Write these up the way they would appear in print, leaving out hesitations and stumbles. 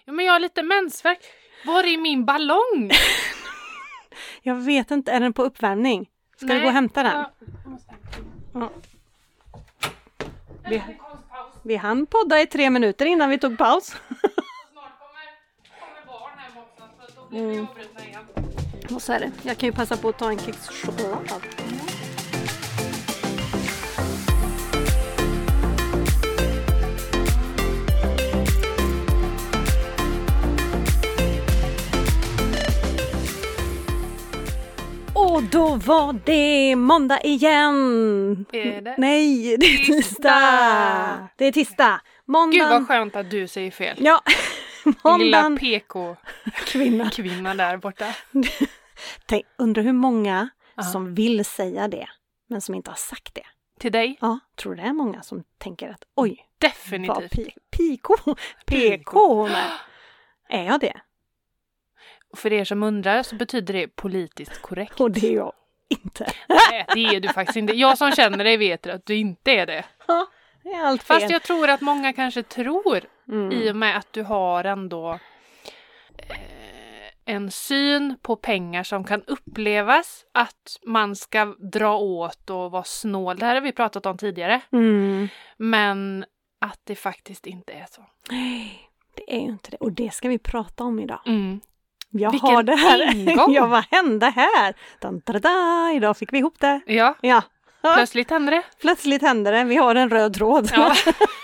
Ja, men jag har lite mensvärk. Var är min ballong? Jag vet inte, är den på uppvärmning? Ska du gå och hämta den? Ja. Vi hann podda i 3 minuter innan vi tog paus. Snart kommer barn hem också, så då blir vi avbrutna igen. Och så är det. Jag kan ju passa på att ta en kex choklad. Och då var det måndag igen. Är det? Nej, det är tisdag. Det är tisdag. Måndagen... Gud vad skönt att du säger fel. Ja, måndagen... Lilla PK-kvinna där borta. Tänk, undrar hur många som vill säga det, men som inte har sagt det. Till dig? Ja, tror det är många som tänker att oj, definitivt. PK hon är jag det? Och för er som undrar så betyder det politiskt korrekt. Och det är jag inte. Nej, det är du faktiskt inte. Jag som känner dig vet att du inte är det. Ja, det är allt fel. Fast jag tror att många kanske tror i och med att du har ändå en syn på pengar som kan upplevas att man ska dra åt och vara snål. Det här har vi pratat om tidigare. Men att det faktiskt inte är så. Nej, det är ju inte det. Och det ska vi prata om idag. Jag Vilken har det här. ingång. Ja, vad hände här? Idag fick vi ihop det. Ja. Plötsligt hände det. Plötsligt hände det. Vi har en röd tråd. Ja.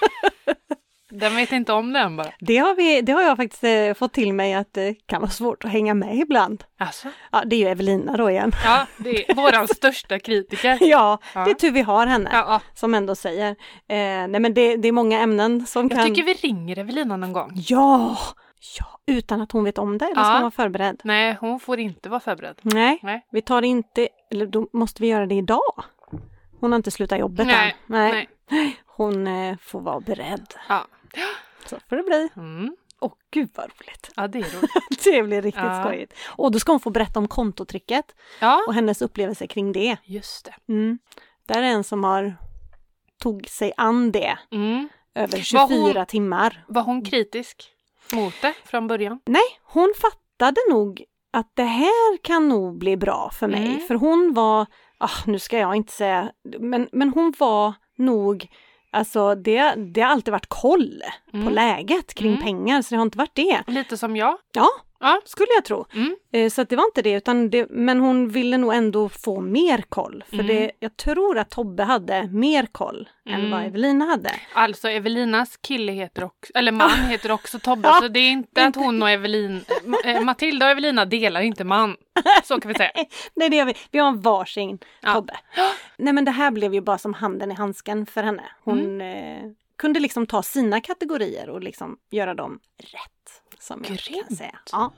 Den vet inte om den bara. Det har jag faktiskt fått till mig att det kan vara svårt att hänga med ibland. Alltså? Ja, det är ju Evelina då igen. Ja, det är våran största kritiker. Ja, det är tur vi har henne. Ja. Som ändå säger. Nej men det är många ämnen som jag tycker vi ringer Evelina någon gång. Ja, utan att hon vet om det. Eller ska hon vara förberedd? Nej, hon får inte vara förberedd. Nej. Vi tar det inte, eller då måste vi göra det idag. Hon har inte slutat jobbet än. Nej. Hon får vara beredd. Ja. Så får det bli. Gud vad roligt. Ja, det är roligt. Det blir riktigt skojigt. Och då ska hon få berätta om kontotricket. Ja. Och hennes upplevelse kring det. Just det. Där är en som har tog sig an det. Över 24 timmar. Var hon kritisk mot det från början? Nej, hon fattade nog att det här kan nog bli bra för mig. För hon var, nu ska jag inte säga, men hon var nog, alltså det har alltid varit koll på läget kring pengar, så det har inte varit det. Lite som jag. Ja, skulle jag tro. Så att det var inte det, utan men hon ville nog ändå få mer koll. För jag tror att Tobbe hade mer koll än vad Evelina hade. Alltså Evelinas kille heter också, eller man heter också Tobbe. Så det är inte att hon och Matilda och Evelina delar inte man. Så kan vi säga. Nej, det gör vi. Vi har en varsin Tobbe. Nej, men det här blev ju bara som handen i handsken för henne. Hon kunde liksom ta sina kategorier och liksom göra dem rätt. Som jag kan säga. Ja,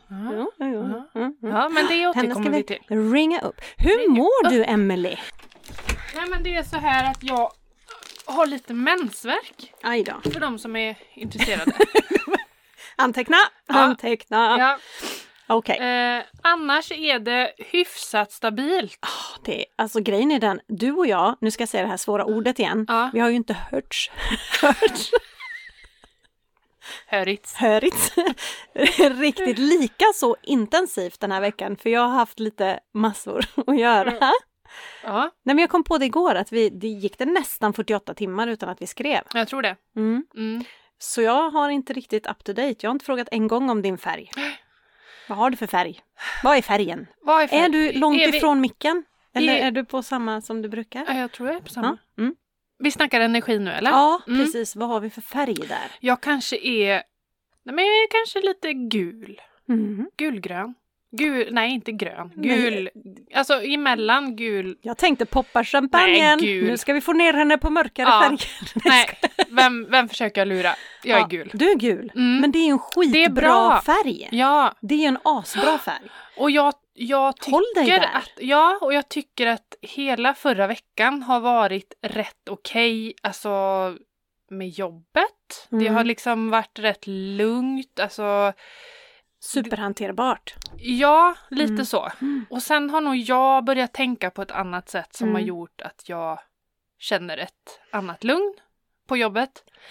men det återkommer vi till. Ringa upp. Hur mår du, Emily? Nej, men det är så här att jag har lite mensvärk. Aj då. För de som är intresserade. Anteckna. Ja. Okej. Annars är det hyfsat stabilt. Alltså grejen är den, du och jag, nu ska jag säga det här svåra ordet igen. Vi har ju inte hörts. Hörits. Riktigt lika så intensivt den här veckan. För jag har haft lite massor att göra. Nej, men jag kom på det igår att det gick det nästan 48 timmar utan att vi skrev. Jag tror det. Så jag har inte riktigt up to date. Jag har inte frågat en gång om din färg. Vad har du för färg? Vad är färgen? Är du långt ifrån micken? Eller är du på samma som du brukar? Ja, jag tror jag är på samma. Vi snackar energi nu, eller? Ja, precis. Vad har vi för färg där? Jag kanske är... Nej, men jag är kanske lite gul. Gulgrön. Nej, inte grön. Gul. Alltså emellan gul. Jag tänkte poppa champagnen. Nu ska vi få ner henne på mörkare färger. Nej, vem försöker jag lura? Jag är gul. Du är gul. Men det är ju en skitbra färg. Ja. Det är ju en asbra färg. Och jag tycker att hela förra veckan har varit rätt okej. Alltså med jobbet. Det har liksom varit rätt lugnt. Alltså superhanterbart. Ja, lite så. Och sen har nog jag börjat tänka på ett annat sätt som har gjort att jag känner ett annat lugn på jobbet.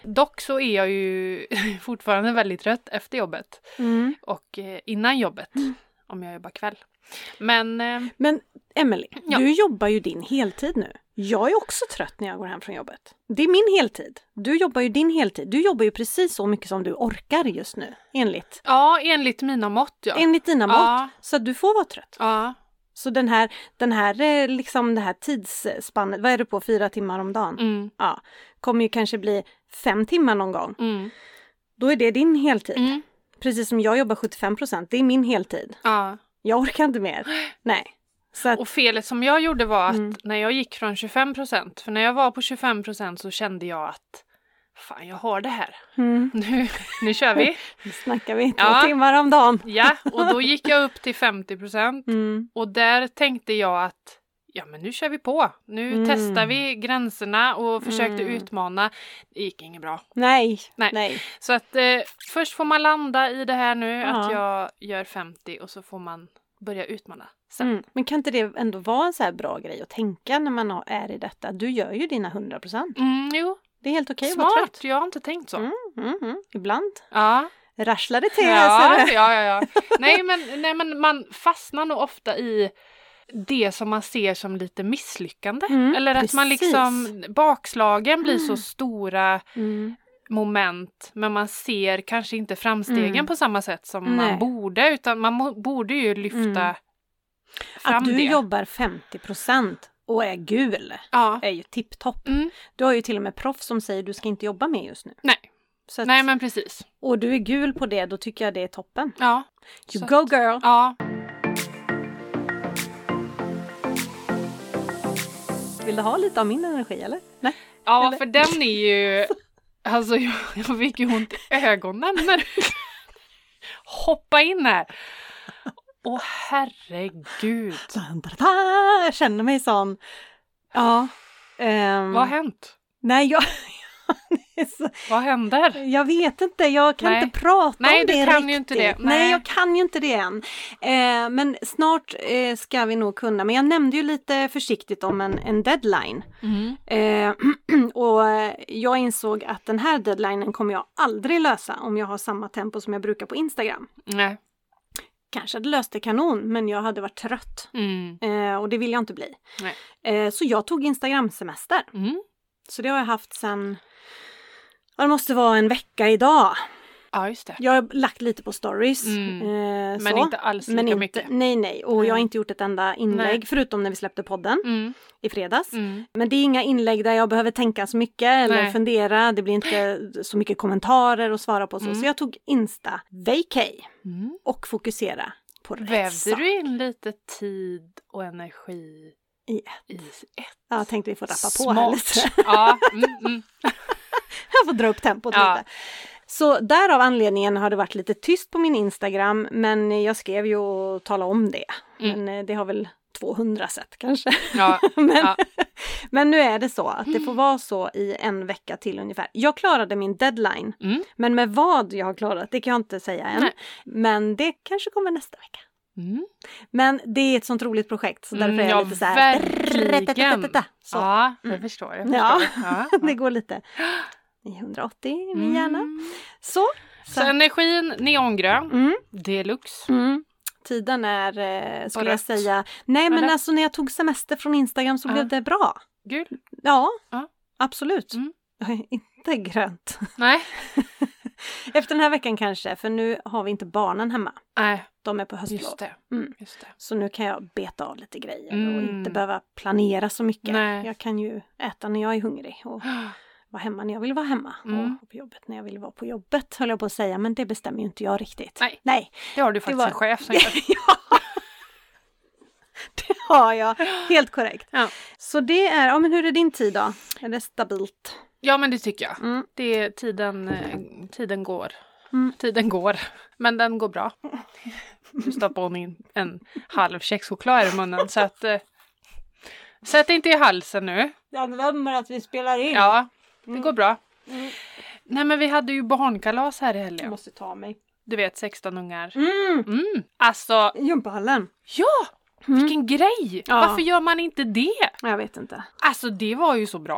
Dock så är jag ju fortfarande väldigt trött efter jobbet. Och innan jobbet. Om jag jobbar kväll. Men Emily, du jobbar ju din heltid nu. Jag är också trött när jag går hem från jobbet. Det är min heltid. Du jobbar ju din heltid. Du jobbar ju precis så mycket som du orkar just nu. Enligt mina mått, ja. Enligt dina mått. Så att du får vara trött. Ja. Så den här liksom det här tidsspannet, vad är det på 4 timmar om dagen? Ja, kommer ju kanske bli 5 timmar någon gång. Då är det din heltid. Precis som jag jobbar 75%, det är min heltid. Ja. Jag orkar inte mer. Nej. Så att, och felet som jag gjorde var att när jag gick från 25%, för när jag var på 25% så kände jag att fan, jag har det här. Nu kör vi. Nu snackar vi 2 timmar om dagen. Ja, och då gick jag upp till 50%. Och där tänkte jag att men nu kör vi på. Nu testar vi gränserna och försökte utmana. Det gick inget bra. Nej. Så att först får man landa i det här nu att jag gör 50 och så får man börja utmana sen. Men kan inte det ändå vara en så här bra grej att tänka när man är i detta? Du gör ju dina 100%. Jo. Det är helt okej att vara trött. Smart, jag har inte tänkt så. Ibland. Ja. Rasslar det till. Ja. Nej, men man fastnar nog ofta i det som man ser som lite misslyckande. Eller att man liksom, bakslagen blir så stora moment, men man ser kanske inte framstegen på samma sätt som man borde, utan man borde ju lyfta fram att du det. Jobbar 50% och är gul är ju tipptopp. Du har ju till och med proffs som säger du ska inte jobba med just nu. Nej, men precis. Och du är gul på det, då tycker jag det är toppen. Ja. You go girl! Ja. Vill du ha lite av min energi, eller? Nej? Ja, eller? För den är ju... Alltså, jag fick ju ont i ögonen när du hoppa in här. Åh, herregud. Jag känner mig sån. Ja. Vad har hänt? Nej, Vad händer? Jag vet inte, jag kan inte prata om det riktigt. Nej, du kan ju inte det. Nej, jag kan ju inte det än. Men snart ska vi nog kunna. Men jag nämnde ju lite försiktigt om en deadline. Och jag insåg att den här deadlinen kommer jag aldrig lösa om jag har samma tempo som jag brukar på Instagram. Nej. Kanske hade löst det kanon, men jag hade varit trött. Och det vill jag inte bli. Så jag tog Instagram-semester. Så det har jag haft sedan... Det måste vara en vecka idag. Ja, just det. Jag har lagt lite på stories. Men inte alls lika mycket. Nej. Och jag har inte gjort ett enda inlägg, förutom när vi släppte podden i fredags. Men det är inga inlägg där jag behöver tänka så mycket eller fundera. Det blir inte så mycket kommentarer att svara på. Så jag tog Insta-vacay och fokusera på rätt sak. Vävde du in lite tid och energi i ett? Ja, jag tänkte vi får rappa på här lite. Ja, Jag får dra upp tempot lite. Så därav anledningen har det varit lite tyst på min Instagram, men jag skrev ju och talade om det. Men det har väl 200 sett kanske. Men nu är det så att det får vara så i en vecka till ungefär. Jag klarade min deadline, men med vad jag har klarat, det kan jag inte säga än. Men det kanske kommer nästa vecka. Men det är ett sånt roligt projekt, så därför är jag lite så här. Verkligen. Så. Ja, jag förstår. Ja, det går lite 980 i min hjärna. Så energin neongrön, deluxe. Tiden är, skulle jag säga. Nej, men alltså när jag tog semester från Instagram så blev det bra. Gul? Ja, absolut. Inte grönt. Nej. Efter den här veckan kanske, för nu har vi inte barnen hemma. Nej. De är på höstlov. Just det. Så nu kan jag beta av lite grejer och inte behöva planera så mycket. Nej. Jag kan ju äta när jag är hungrig och vara hemma när jag vill vara hemma. Och på jobbet när jag vill vara på jobbet, höll jag på att säga. Men det bestämmer ju inte jag riktigt. Nej. Det har du faktiskt en chef som gör. Ja. Det har jag. Helt korrekt. Ja. Så det är, men hur är din tid då? Är det stabilt? Ja, men det tycker jag. Tiden går. Tiden går. Men den går bra. Du stoppar hon in en halv kexchoklad i munnen. Så att sätt inte i halsen nu. Jag glömmer att vi spelar in. Ja, det går bra. Nej, men vi hade ju barnkalas här i helgen. Jag måste ta mig. Du vet, 16 ungar. Alltså. Jumpahallen. Ja! Vilken grej! Ja. Varför gör man inte det? Jag vet inte. Alltså det var ju så bra.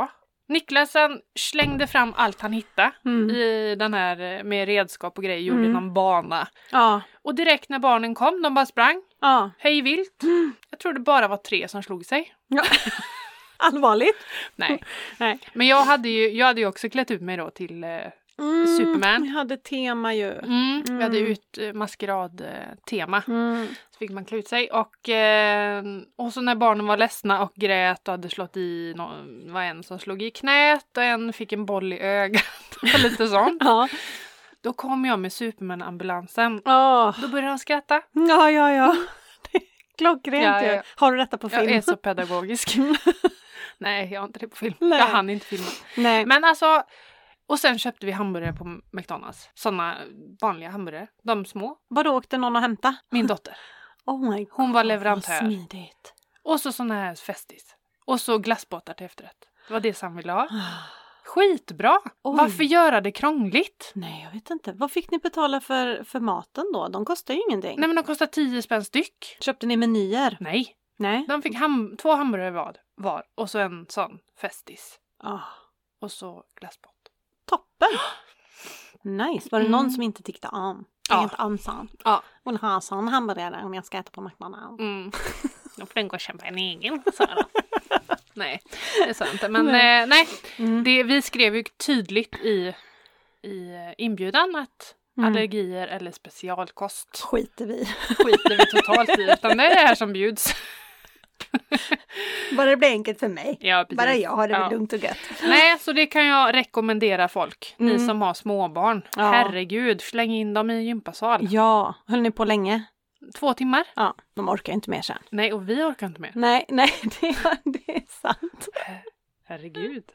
Niklas han slängde fram allt han hittade i den här med redskap och grejer, gjorde någon bana. Ja. Och direkt när barnen kom, de bara sprang. Ja. Hej vilt. Jag tror det bara var 3 som slog sig. Ja. Allvarligt? Nej. Men jag hade ju också klätt ut mig då till Superman. Vi hade tema ju. Vi hade maskerad-tema. Så fick man klä ut sig. Och så när barnen var ledsna och grät och hade slått i, var en som slog i knät och en fick en boll i ögat och lite sånt. Ja. Då kom jag med Superman-ambulansen. Då började han skratta. Ja. Klockrent ju. Har du detta på film? Jag är så pedagogisk. Nej, jag har inte det på film. Nej. Jag hann inte filma. Nej. Men alltså, och sen köpte vi hamburgare på McDonalds. Sådana vanliga hamburgare. De små. Vadå, åkte någon att hämta? Min dotter. Oh my God, hon var leverantör. Smidigt. Och så såna här festis. Och så glassbåtar till efterrätt. Det var det Sam ville ha. Skitbra! Oj. Varför göra det krångligt? Nej, jag vet inte. Vad fick ni betala för maten då? De kostar ju ingenting. Nej, men de kostar 10 spänn styck. Köpte ni menyer? Nej. Nej. De fick 2 hamburgare var. Och så en sån festis. Och så glassbåt. Toppen! Nice. Var det någon som inte tyckte om? Jag är inte ensam. Ja. Hon har sån hamburgare om jag ska äta på McDonalds. Då får den gå och köpa en egen, sa jag. Nej, det sa jag inte. Men nej. Vi skrev ju tydligt i inbjudan att allergier eller specialkost skiter vi totalt i. Utan det är det här som bjuds. Bara det blir enkelt för mig. Ja, precis. Bara jag har det väl lugnt och gött. Nej, så det kan jag rekommendera folk. Ni som har småbarn. Ja. Herregud, släng in dem i en gympasal. Ja, höll ni på länge? 2 timmar. Ja, de orkar inte mer sen. Nej, och vi orkar inte mer. Nej, det är sant. Herregud.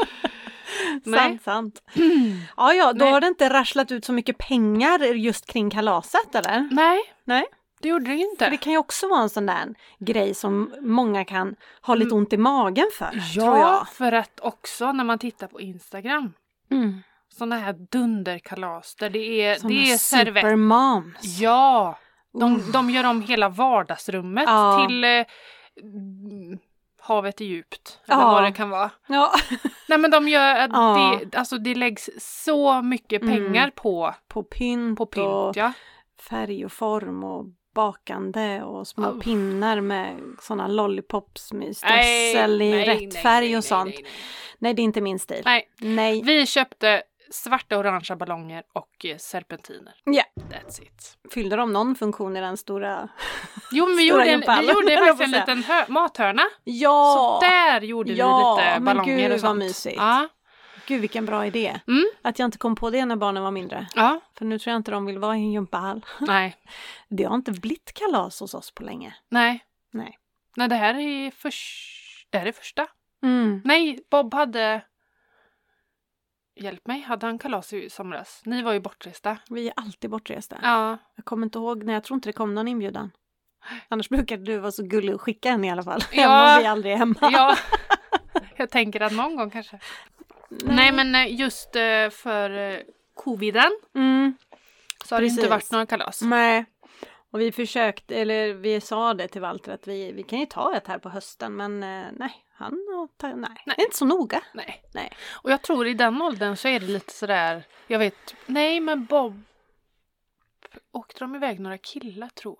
Sant. Ja, då har det inte rasslat ut så mycket pengar just kring kalaset, eller? Nej. Det gjorde det inte. För det kan ju också vara en sån där grej som många kan ha lite ont i magen för, tror jag. Ja, för att också när man tittar på Instagram. Såna här dunderkalas där det är servett. Supermoms. Ja, de gör om hela vardagsrummet till havet är djupt. Eller vad det kan vara. Ja. Nej, men de gör det läggs så mycket pengar på pynt och färg och form och bakande och små pinnar med såna lollipops med strössel i rätt färg och sånt. Nej, det är inte min stil. Nej. Vi köpte svarta och orangea ballonger och serpentiner. Ja. That's it. Fyllde de någon funktion i den stora? Jo, men vi gjorde faktiskt en liten mathörna. Ja. Så där gjorde vi lite ballonger gud, och sånt. Vad mysigt. Ja. Gud, vilken bra idé. Att jag inte kom på det när barnen var mindre. Ja. För nu tror jag inte de vill vara i en gympahall. Nej. Det har inte blivit kalas hos oss på länge. Nej, det här är första. Nej, Bob hade... Hjälp mig, hade han kalas i somras? Ni var ju bortresta. Vi är alltid bortresta. Ja. Jag kommer inte ihåg, jag tror inte det kom någon inbjudan. Annars brukade du vara så gullig och skicka en i alla fall. Ja. Även om vi aldrig är hemma. Ja, jag tänker att någon gång kanske. Nej, men just för coviden så har det inte varit några kalas. Nej. Och vi försökte, eller vi sa det till Walter att vi kan ju ta ett här på hösten, men nej, det är inte så noga. Nej. Och jag tror i den åldern så är det lite sådär, jag vet, nej men Bob, åkte de iväg några killar tror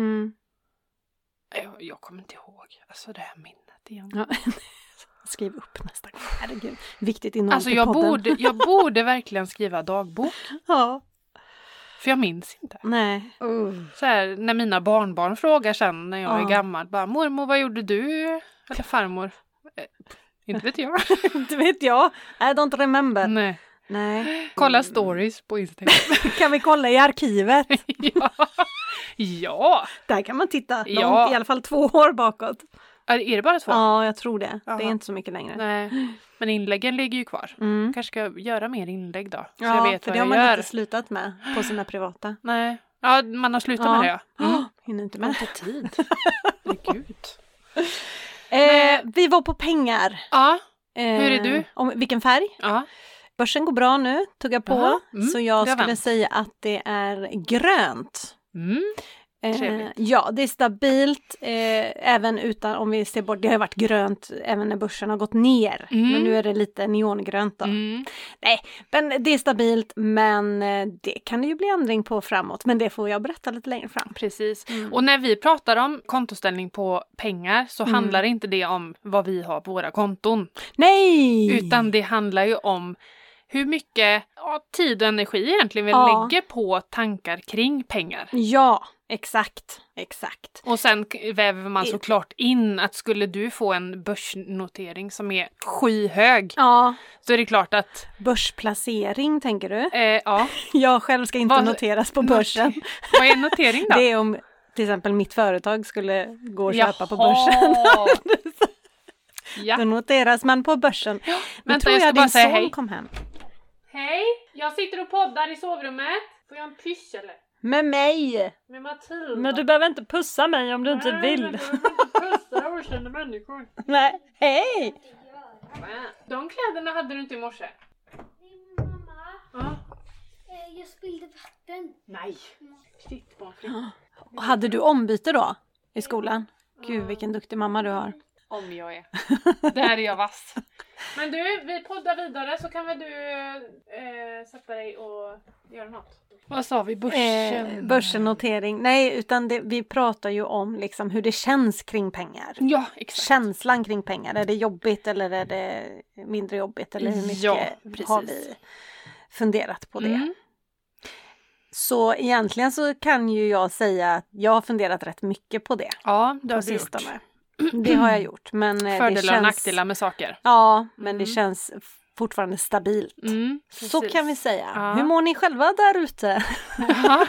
jag kommer inte ihåg, alltså det här minnet igen. Ja. Skriv upp nästa gång, herregud. Viktigt innehåll alltså jag borde verkligen skriva dagbok. Ja. För jag minns inte. Nej. Så här, när mina barnbarn frågar sen när jag är gammal. Bara, mormor, vad gjorde du? Eller farmor? Inte vet jag. Inte vet jag. I don't remember. Nej. Kolla stories på Instagram. Kan vi kolla i arkivet? Ja. Där kan man titta långt, i alla fall 2 år bakåt. Är det bara 2? Ja, jag tror det. Aha. Det är inte så mycket längre. Nej. Men inläggen ligger ju kvar. Kanske ska göra mer inlägg då. Så ja, jag vet för vad det jag har man gör. inte slutat med på sina privata. Nej. Ja, man har slutat med det. Hinner inte med. Inte tid. Gud. Vi var på pengar. Ja. Hur är du? Vilken färg? Ja. Börsen går bra nu, tuggar på. Så jag skulle säga att det är grönt. Ja, det är stabilt, även utan, om vi ser bort, det har varit grönt även när börsen har gått ner. Men nu är det lite neongrönt då. Nej, men det är stabilt, men det kan det ju bli ändring på framåt. Men det får jag berätta lite längre fram. Precis. Och när vi pratar om kontoställning på pengar så handlar inte det om vad vi har på våra konton. Nej! Utan det handlar ju om hur mycket tid och energi egentligen vi lägger på tankar kring pengar. Ja, exakt. Och sen väver man såklart in att skulle du få en börsnotering som är skyhög så är det klart att... Börsplacering tänker du? Ja. Jag själv ska inte noteras på börsen. Vad är notering då? Det är om till exempel mitt företag skulle gå och köpa på börsen. Då noteras man på börsen. Ja, men vänta, tror jag din son hej. kom hem. Hej, jag sitter och poddar i sovrummet. Får jag en pyss eller? Med mig! Med Matilda. Men du behöver inte pussa mig om du inte vill. Nej, men du behöver inte pussa okända människor. Nej, hej! De kläderna hade du inte i morse. Mamma, jag spillde vatten. Nej, shit vad fint. Och hade du ombyte då i skolan? Gud, vilken duktig mamma du har. Om jag är. Där är jag vass. Men du, vi poddar vidare så kan väl du sätta dig och göra något. Vad sa vi? Börsnotering. Nej, utan vi pratar ju om liksom hur det känns kring pengar. Ja, exakt. Känslan kring pengar. Är det jobbigt eller är det mindre jobbigt? Eller hur mycket har vi funderat på det? Så egentligen så kan ju jag säga att jag har funderat rätt mycket på det. Ja, det har du gjort. Det har jag gjort. Men fördelar och nackdelar med saker. Ja, men det känns fortfarande stabilt. Så kan vi säga. Ja. Hur mår ni själva där ute? Ja.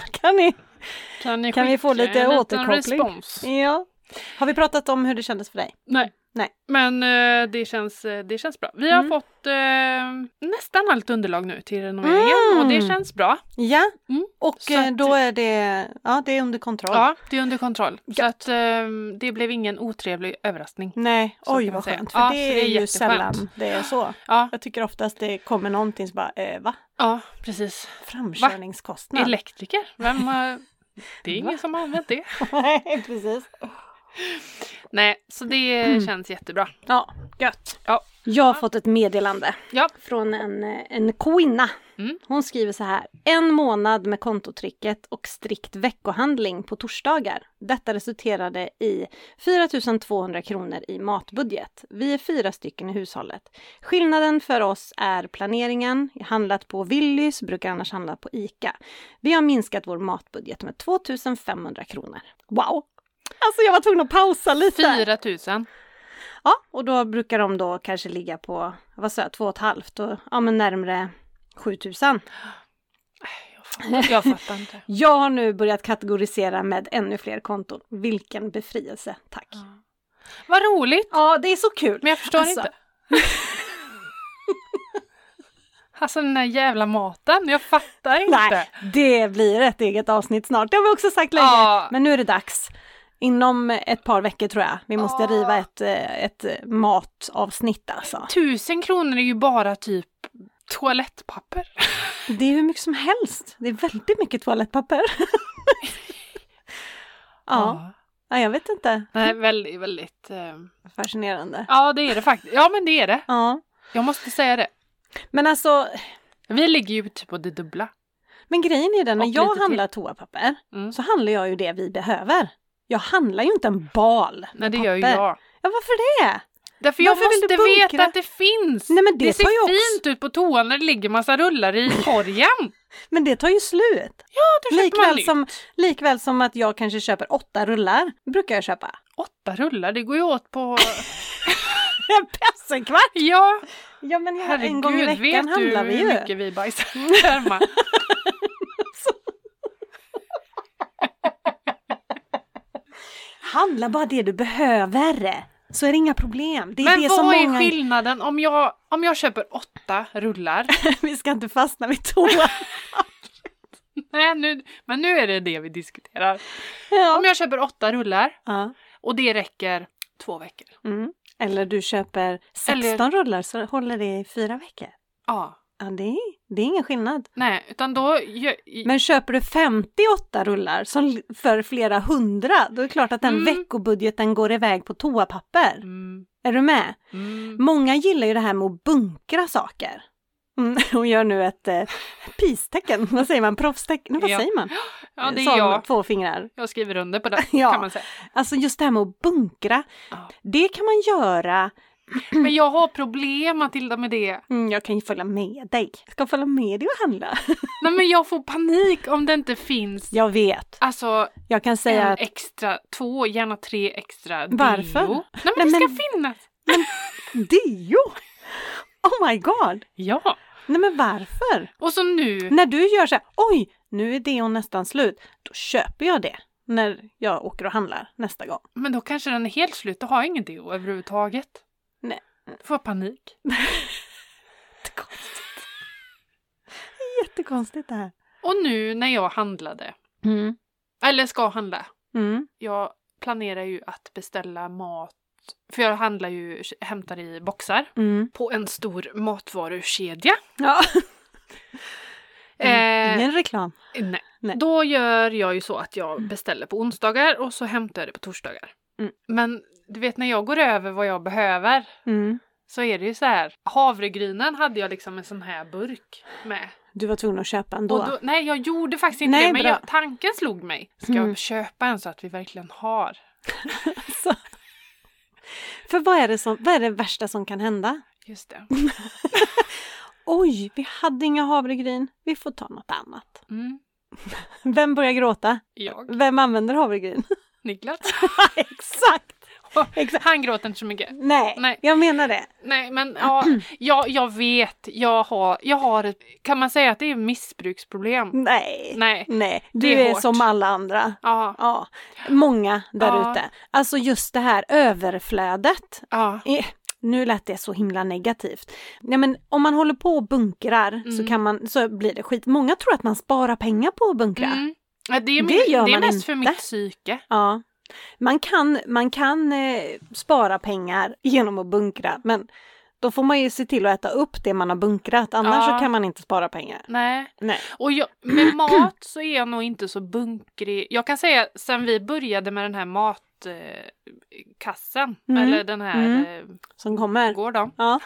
kan vi få lite återkoppling? Respons? Ja. Har vi pratat om hur det kändes för dig? Nej. Men det känns bra. Vi har fått nästan allt underlag nu till renoveringen och det känns bra. Ja, och då är det, det är under kontroll. Ja, det är under kontroll. Så att det blev ingen otrevlig överraskning. Nej, oj vad skönt. För det är ju sällan det är så. Ja. Jag tycker oftast det kommer någonting som bara, va? Ja, precis. Framkörningskostnad. Elektriker? Det är ingen som har använt det. Nej, precis. Nej, så det känns jättebra. Ja, gött. Ja. Jag har fått ett meddelande från en kvinna. Hon skriver så här: 1 månad med kontotricket och strikt veckohandling på torsdagar. Detta resulterade i 4 200 kronor i matbudget. Vi är 4 stycken i hushållet. Skillnaden för oss är planeringen. Handlat på Willys, brukar annars handla på ICA. Vi har minskat vår matbudget med 2 500 kronor. Wow! Alltså jag var tvungen att pausa lite. 4 000. Ja, och då brukar de då kanske ligga på, vad sa jag, 2,5 och men närmare 7 000. Jag fattar inte. Jag har nu börjat kategorisera med ännu fler konton. Vilken befrielse, tack. Ja. Vad roligt. Ja, det är så kul. Men jag förstår inte. Alltså den här jävla maten, jag fattar inte. Nej, det blir ett eget avsnitt snart. Det har vi också sagt länge. Men nu är det dags. Inom ett par veckor tror jag. Vi måste riva ett matavsnitt alltså. 1000 kronor är ju bara typ toalettpapper. Det är hur mycket som helst. Det är väldigt mycket toalettpapper. Ja, jag vet inte. Nej, väldigt, väldigt fascinerande. Ja, det är det faktiskt. Ja, men det är det. Ja. Jag måste säga det. Men alltså... Vi ligger ju typ på det dubbla. Men grejen är den, när jag handlar toapapper så handlar jag ju det vi behöver. Jag handlar ju inte en bal. Nej, det papper. gör ju jag. Ja, varför det? Därför jag måste veta att det finns. Nej, men det ser ju fint ut på toan när det ligger massa rullar i korgen. Men det tar ju slut. Ja, då köper man likväl som att jag kanske köper 8 rullar. Brukar jag köpa. 8 rullar? Det går ju åt på... en pessenkvart. Ja. Ja, men en gång i veckan handlar vi ju. Vet du hur mycket vi bajsar hemma? Handla bara det du behöver. Så är det inga problem. Det är men det vad som är många... skillnaden om jag köper 8 rullar? Vi ska inte fastna vid toa. Nej, men nu är det vi diskuterar. Ja. Om jag köper 8 rullar och det räcker 2 veckor. Eller du köper 16 rullar så håller det i 4 veckor. Ja. Ja, det är ingen skillnad. Nej, utan då... Men köper du 58 rullar som för flera hundra, då är det klart att den veckobudgeten går iväg på toapapper. Är du med? Många gillar ju det här med att bunkra saker. Och gör nu ett peace-tecken. Vad säger man? Proffstecken? Vad säger man? Ja, det är som jag. 2 fingrar. Jag skriver under på det, ja. kan man säga. Alltså just det här med att bunkra. Det kan man göra. Men jag har problem, Matilda, med det. Jag kan ju följa med dig. Jag ska följa med dig och handla. Nej, men jag får panik om det inte finns. Jag vet. Alltså, jag kan säga en att... extra, 2, gärna 3 extra deo. Varför? Nej, men det ska finnas. Men deo? Oh my god. Ja. Nej, men varför? Och så nu... När du gör så här, oj, nu är deon nästan slut. Då köper jag det när jag åker och handlar nästa gång. Men då kanske den är helt slut. Då har jag ingen deo överhuvudtaget. Nej. Då får jag panik. Jättekonstigt. Jättekonstigt det här. Och nu när jag handlade. Eller ska handla. Jag planerar ju att beställa mat. För jag hämtar i boxar. På en stor matvarukedja. Ja. Ingen reklam. Nej. Då gör jag ju så att jag beställer på onsdagar och så hämtar jag det på torsdagar. Men du vet, när jag går över vad jag behöver så är det ju så här. Havregrynen hade jag liksom en sån här burk med. Du var tvungen att köpa ändå. Nej, jag gjorde faktiskt inte det. Men tanken slog mig. Ska jag köpa en så att vi verkligen har? Så. För vad är det värsta som kan hända? Just det. Oj, vi hade inga havregryn. Vi får ta något annat. Vem börjar gråta? Jag. Vem använder havregryn? Niklas. Exakt. Han gråter inte så mycket. Nej, jag menar det. Nej, men jag vet. Jag har ett, kan man säga att det är missbruksproblem? Nej. Du är som alla andra. Ja. Många där ute. Alltså just det här överflödet. Nu lät det så himla negativt. Ja, men om man håller på och bunkrar så blir det skit. Många tror att man sparar pengar på att bunkra. Ja, det är mest för mitt psyke. Ja. Man kan spara pengar genom att bunkra, men då får man ju se till att äta upp det man har bunkrat, annars så kan man inte spara pengar. Nej. Och med mat så är jag nog inte så bunkrig. Jag kan säga, sen vi började med den här matkassen, eller den här som kommer går då. Ja.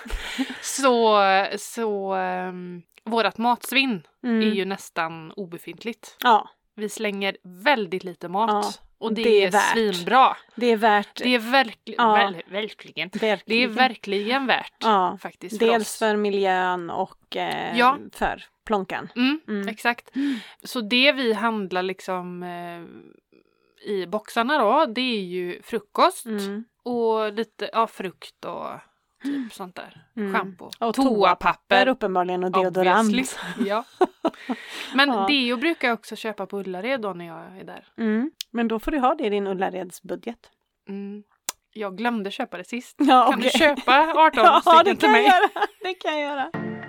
så vårat matsvinn är ju nästan obefintligt. Ja. Vi slänger väldigt lite mat. Och det är svinbra. Det är värt. Det är verkligen. Det är verkligen värt faktiskt. Dels för miljön och för plånkan. Exakt. Så det vi handlar liksom i boxarna då, det är ju frukost och lite frukt och typ sånt där. Shampoo. Och toapapper uppenbarligen och deodorant. Ja. Men deo brukar jag också köpa på Ullared då när jag är där. Men då får du ha det i din Ullareds budget. Jag glömde köpa det sist. Kan du köpa 18 stycken till mig? Det kan jag göra.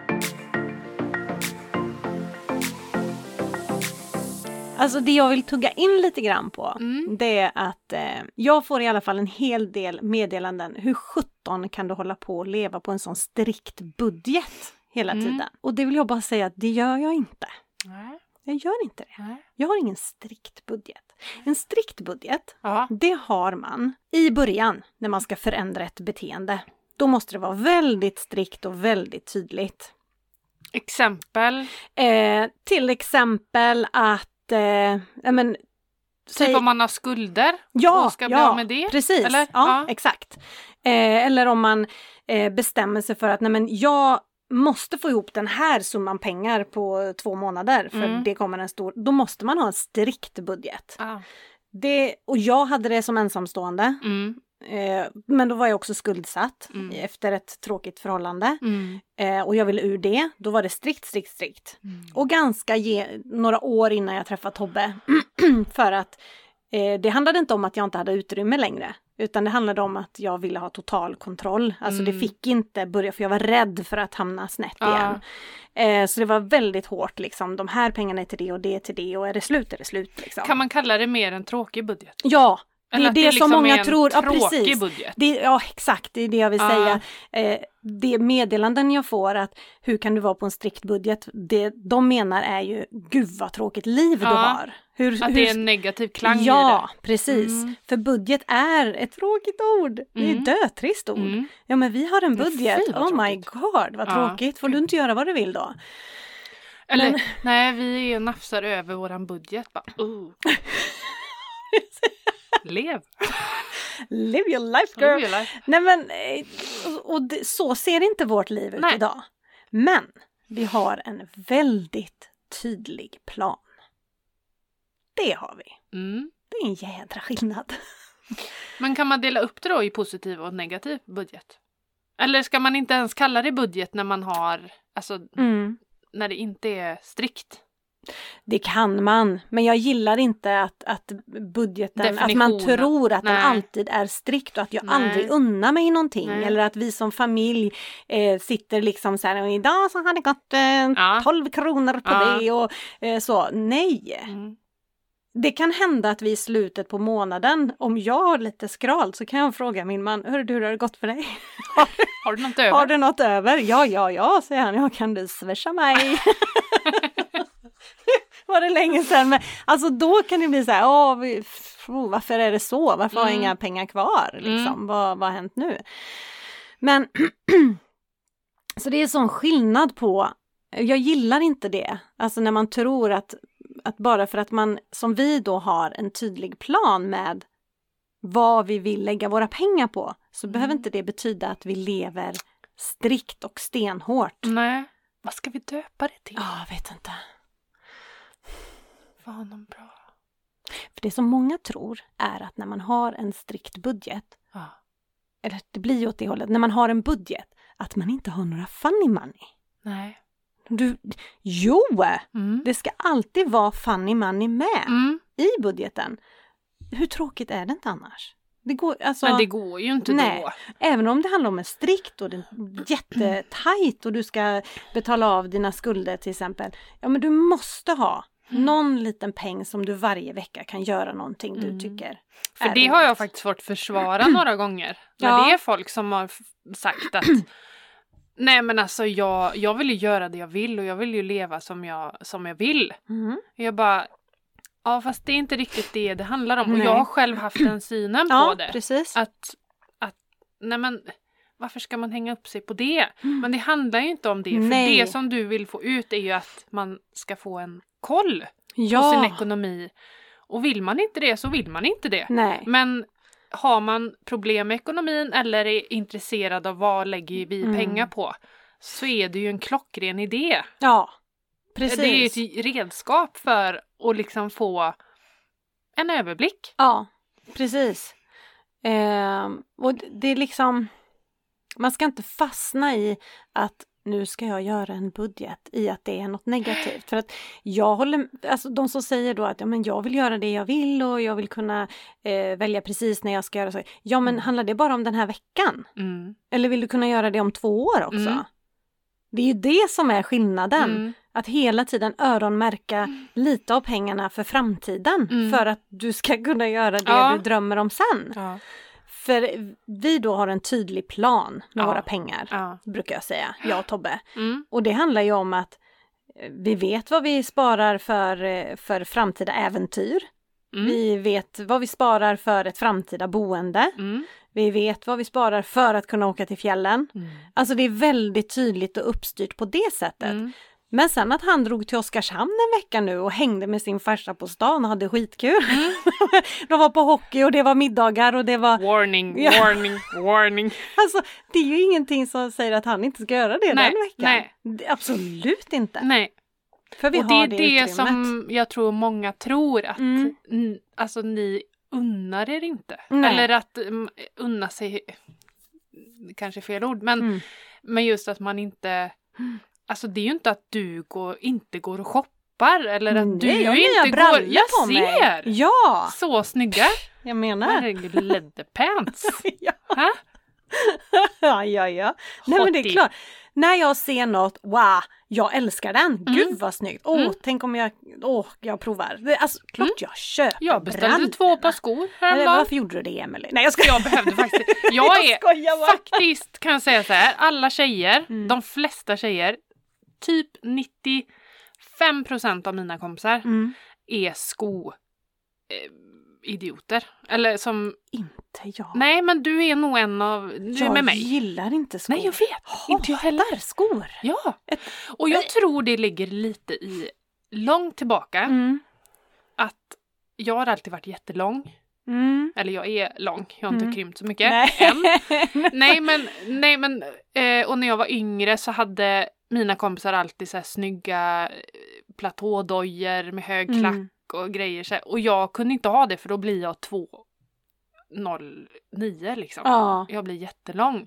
Alltså det jag vill tugga in lite grann på, det är att jag får i alla fall en hel del meddelanden. Hur 17 kan du hålla på och leva på en sån strikt budget hela tiden? Och det vill jag bara säga att det gör jag inte. Nej. Jag gör inte det. Nej. Jag har ingen strikt budget. En strikt budget, det har man i början när man ska förändra ett beteende. Då måste det vara väldigt strikt och väldigt tydligt. Exempel? Till exempel att typ om man har skulder och ska bli av med det? Precis. Eller? Ja, exakt. Eller om man bestämmer sig för att jag måste få ihop den här summan pengar på 2 månader för det kommer en stor, då måste man ha en strikt budget. Och jag hade det som ensamstående. Men då var jag också skuldsatt efter ett tråkigt förhållande. Och jag ville ur det. Då var det strikt. Och ganska några år innan jag träffade Tobbe. För att det handlade inte om att jag inte hade utrymme längre. Utan det handlade om att jag ville ha total kontroll. Alltså det fick inte börja, för jag var rädd för att hamna snett igen. Så det var väldigt hårt liksom. De här pengarna är till det och det är till det. Och är det slut liksom. Kan man kalla det mer en tråkig budget? Ja. Det är det som många tror. Ja, precis. Budget. Ja, exakt. Det är det jag vill säga. Det meddelanden jag får att hur kan du vara på en strikt budget? Det de menar är ju, gud vad tråkigt liv du har. Att det är en negativ klang i det. Ja, precis. För budget är ett tråkigt ord. Det är ett dötrist ord. Ja, men vi har en budget. Oh my god, vad tråkigt. Får du inte göra vad du vill då? Eller, nej, vi är nafsar över våran budget. Bara, Lev. Live your life, girl. Live your life. Nej, men, så ser inte vårt liv ut idag. Men vi har en väldigt tydlig plan. Det har vi. Det är en jädra skillnad. Men kan man dela upp det då i positiv och negativ budget? Eller ska man inte ens kalla det budget när man har, alltså, när det inte är strikt? Det kan man, men jag gillar inte att budgeten, att man tror att den alltid är strikt och att jag aldrig unnar mig någonting. Eller att vi som familj sitter liksom så här, och idag så har det gått 12 kronor på det och så. Nej. Det kan hända att vi i slutet på månaden, om jag har lite skralt så kan jag fråga min man, hur har det gått för dig? Har du något över? Har du något över? Ja, säger han. Ja, kan du swisha mig? Var det länge sedan? Men, alltså då kan det bli så här, varför är det så? Varför har jag inga pengar kvar? Liksom? Vad har hänt nu? Men, så det är sån skillnad på, jag gillar inte det. Alltså när man tror att bara för att man, som vi då har en tydlig plan med vad vi vill lägga våra pengar på, så behöver inte det betyda att vi lever strikt och stenhårt. Nej, vad ska vi döpa det till? Jag vet inte. Var någon bra? För det som många tror är att när man har en strikt budget, eller det blir ju åt det hållet, när man har en budget, att man inte har några funny money. Nej. Det ska alltid vara funny money med i budgeten. Hur tråkigt är det inte annars? Det går, alltså, men det går ju inte då. Även om det handlar om en strikt och det är jättetajt och du ska betala av dina skulder till exempel. Ja, men du måste ha någon liten peng som du varje vecka kan göra någonting du tycker. För det har jag faktiskt fått försvara några gånger. När det är folk som har sagt att nej, men alltså jag vill ju göra det jag vill och jag vill ju leva som jag vill. Jag bara, fast det är inte riktigt det handlar om. Och jag har själv haft den synen på det. Precis. Att nej, men varför ska man hänga upp sig på det? Men det handlar ju inte om det. För det som du vill få ut är ju att man ska få en koll på sin ekonomi. Och vill man inte det så vill man inte det. Nej. Men har man problem med ekonomin eller är intresserad av vad lägger vi pengar på, så är det ju en klockren idé. Ja, precis. Det är ett redskap för att liksom få en överblick. Ja, precis. Och det är liksom, man ska inte fastna i att nu ska jag göra en budget i att det är något negativt. För att alltså de som säger då att men jag vill göra det jag vill och jag vill kunna välja precis när jag ska göra så. Ja, men handlar det bara om den här veckan? Eller vill du kunna göra det om 2 år också? Det är ju det som är skillnaden. Att hela tiden öronmärka lite av pengarna för framtiden. För att du ska kunna göra det du drömmer om sen. Ja. För vi då har en tydlig plan med våra pengar, brukar jag säga, jag och Tobbe. Och det handlar ju om att vi vet vad vi sparar för framtida äventyr. Vi vet vad vi sparar för ett framtida boende. Vi vet vad vi sparar för att kunna åka till fjällen. Alltså det är väldigt tydligt och uppstyrt på det sättet. Men sen att han drog till Oskarshamn en vecka nu och hängde med sin farsa på stan och hade skitkul. De var på hockey och det var middagar och det var... Warning. Alltså det är ju ingenting som säger att han inte ska göra det den veckan. Nej. Absolut inte. Nej. För vi och har det är det som jag tror många tror att alltså ni unnar er inte. Nej. Eller att unna sig, kanske fel ord, men just att man inte... Alltså det är ju inte att du inte går och shoppar eller att du inte går... Jag ser! Ja! Så snygga. Jag menar. Herregud, leather pants. Ja. Ja. Nej, men det är klart. när jag ser något, wow, jag älskar den. Gud vad snyggt. Tänk om jag provar. Alltså, klart jag köper. Jag beställde 2 par skor häromdagen. Varför gjorde du det, Emelie? Nej, jag behövde faktiskt. Jag är faktiskt, kan jag säga så här, alla tjejer, de flesta tjejer, typ 95% av mina kompisar är idioter. Eller som... Inte jag. Nej, men du är nog en av... Du är med mig. Jag gillar inte skor. Nej, jag vet. Inte jag heller. Skor. Ja. Och jag tror det ligger lite i långt tillbaka. Att jag har alltid varit jättelång. Eller jag är lång. Jag har inte krympt så mycket än. Nej, men och när jag var yngre så hade mina kompisar alltid så här snygga platådojor med hög klack och grejer. Så här. Och jag kunde inte ha det för då blir jag 2,09 liksom. Jag blir jättelång.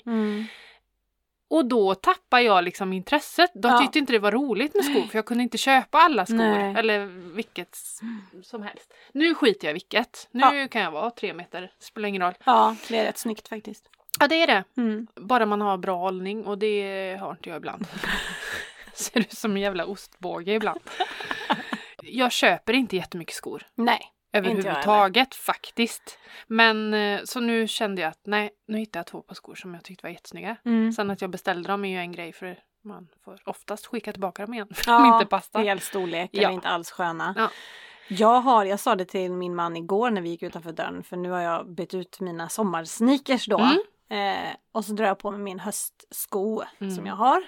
Och då tappar jag liksom intresset. Då tyckte inte det var roligt med skor. För jag kunde inte köpa alla skor. Nej. Eller vilket som helst. Nu skiter jag i vilket. Nu kan jag vara 3 meter. Spelar ingen roll. Ja, det är rätt snyggt faktiskt. Ja, det är det. Bara man har bra hållning. Och det har inte jag ibland. Ser ut som en jävla ostbåge ibland. Jag köper inte jättemycket skor. Nej. Överhuvudtaget faktiskt. Men så nu kände jag att nu hittade jag 2 par skor som jag tyckte var jättesnygga. Sen att jag beställde dem är ju en grej för man får oftast skicka tillbaka dem igen. Om inte passar. Fel storlek eller inte alls sköna. Jag sa det till min man igår när vi gick utanför dörren. För nu har jag bytt ut mina sommarsneakers då. Och så drar jag på mig min höstsko som jag har.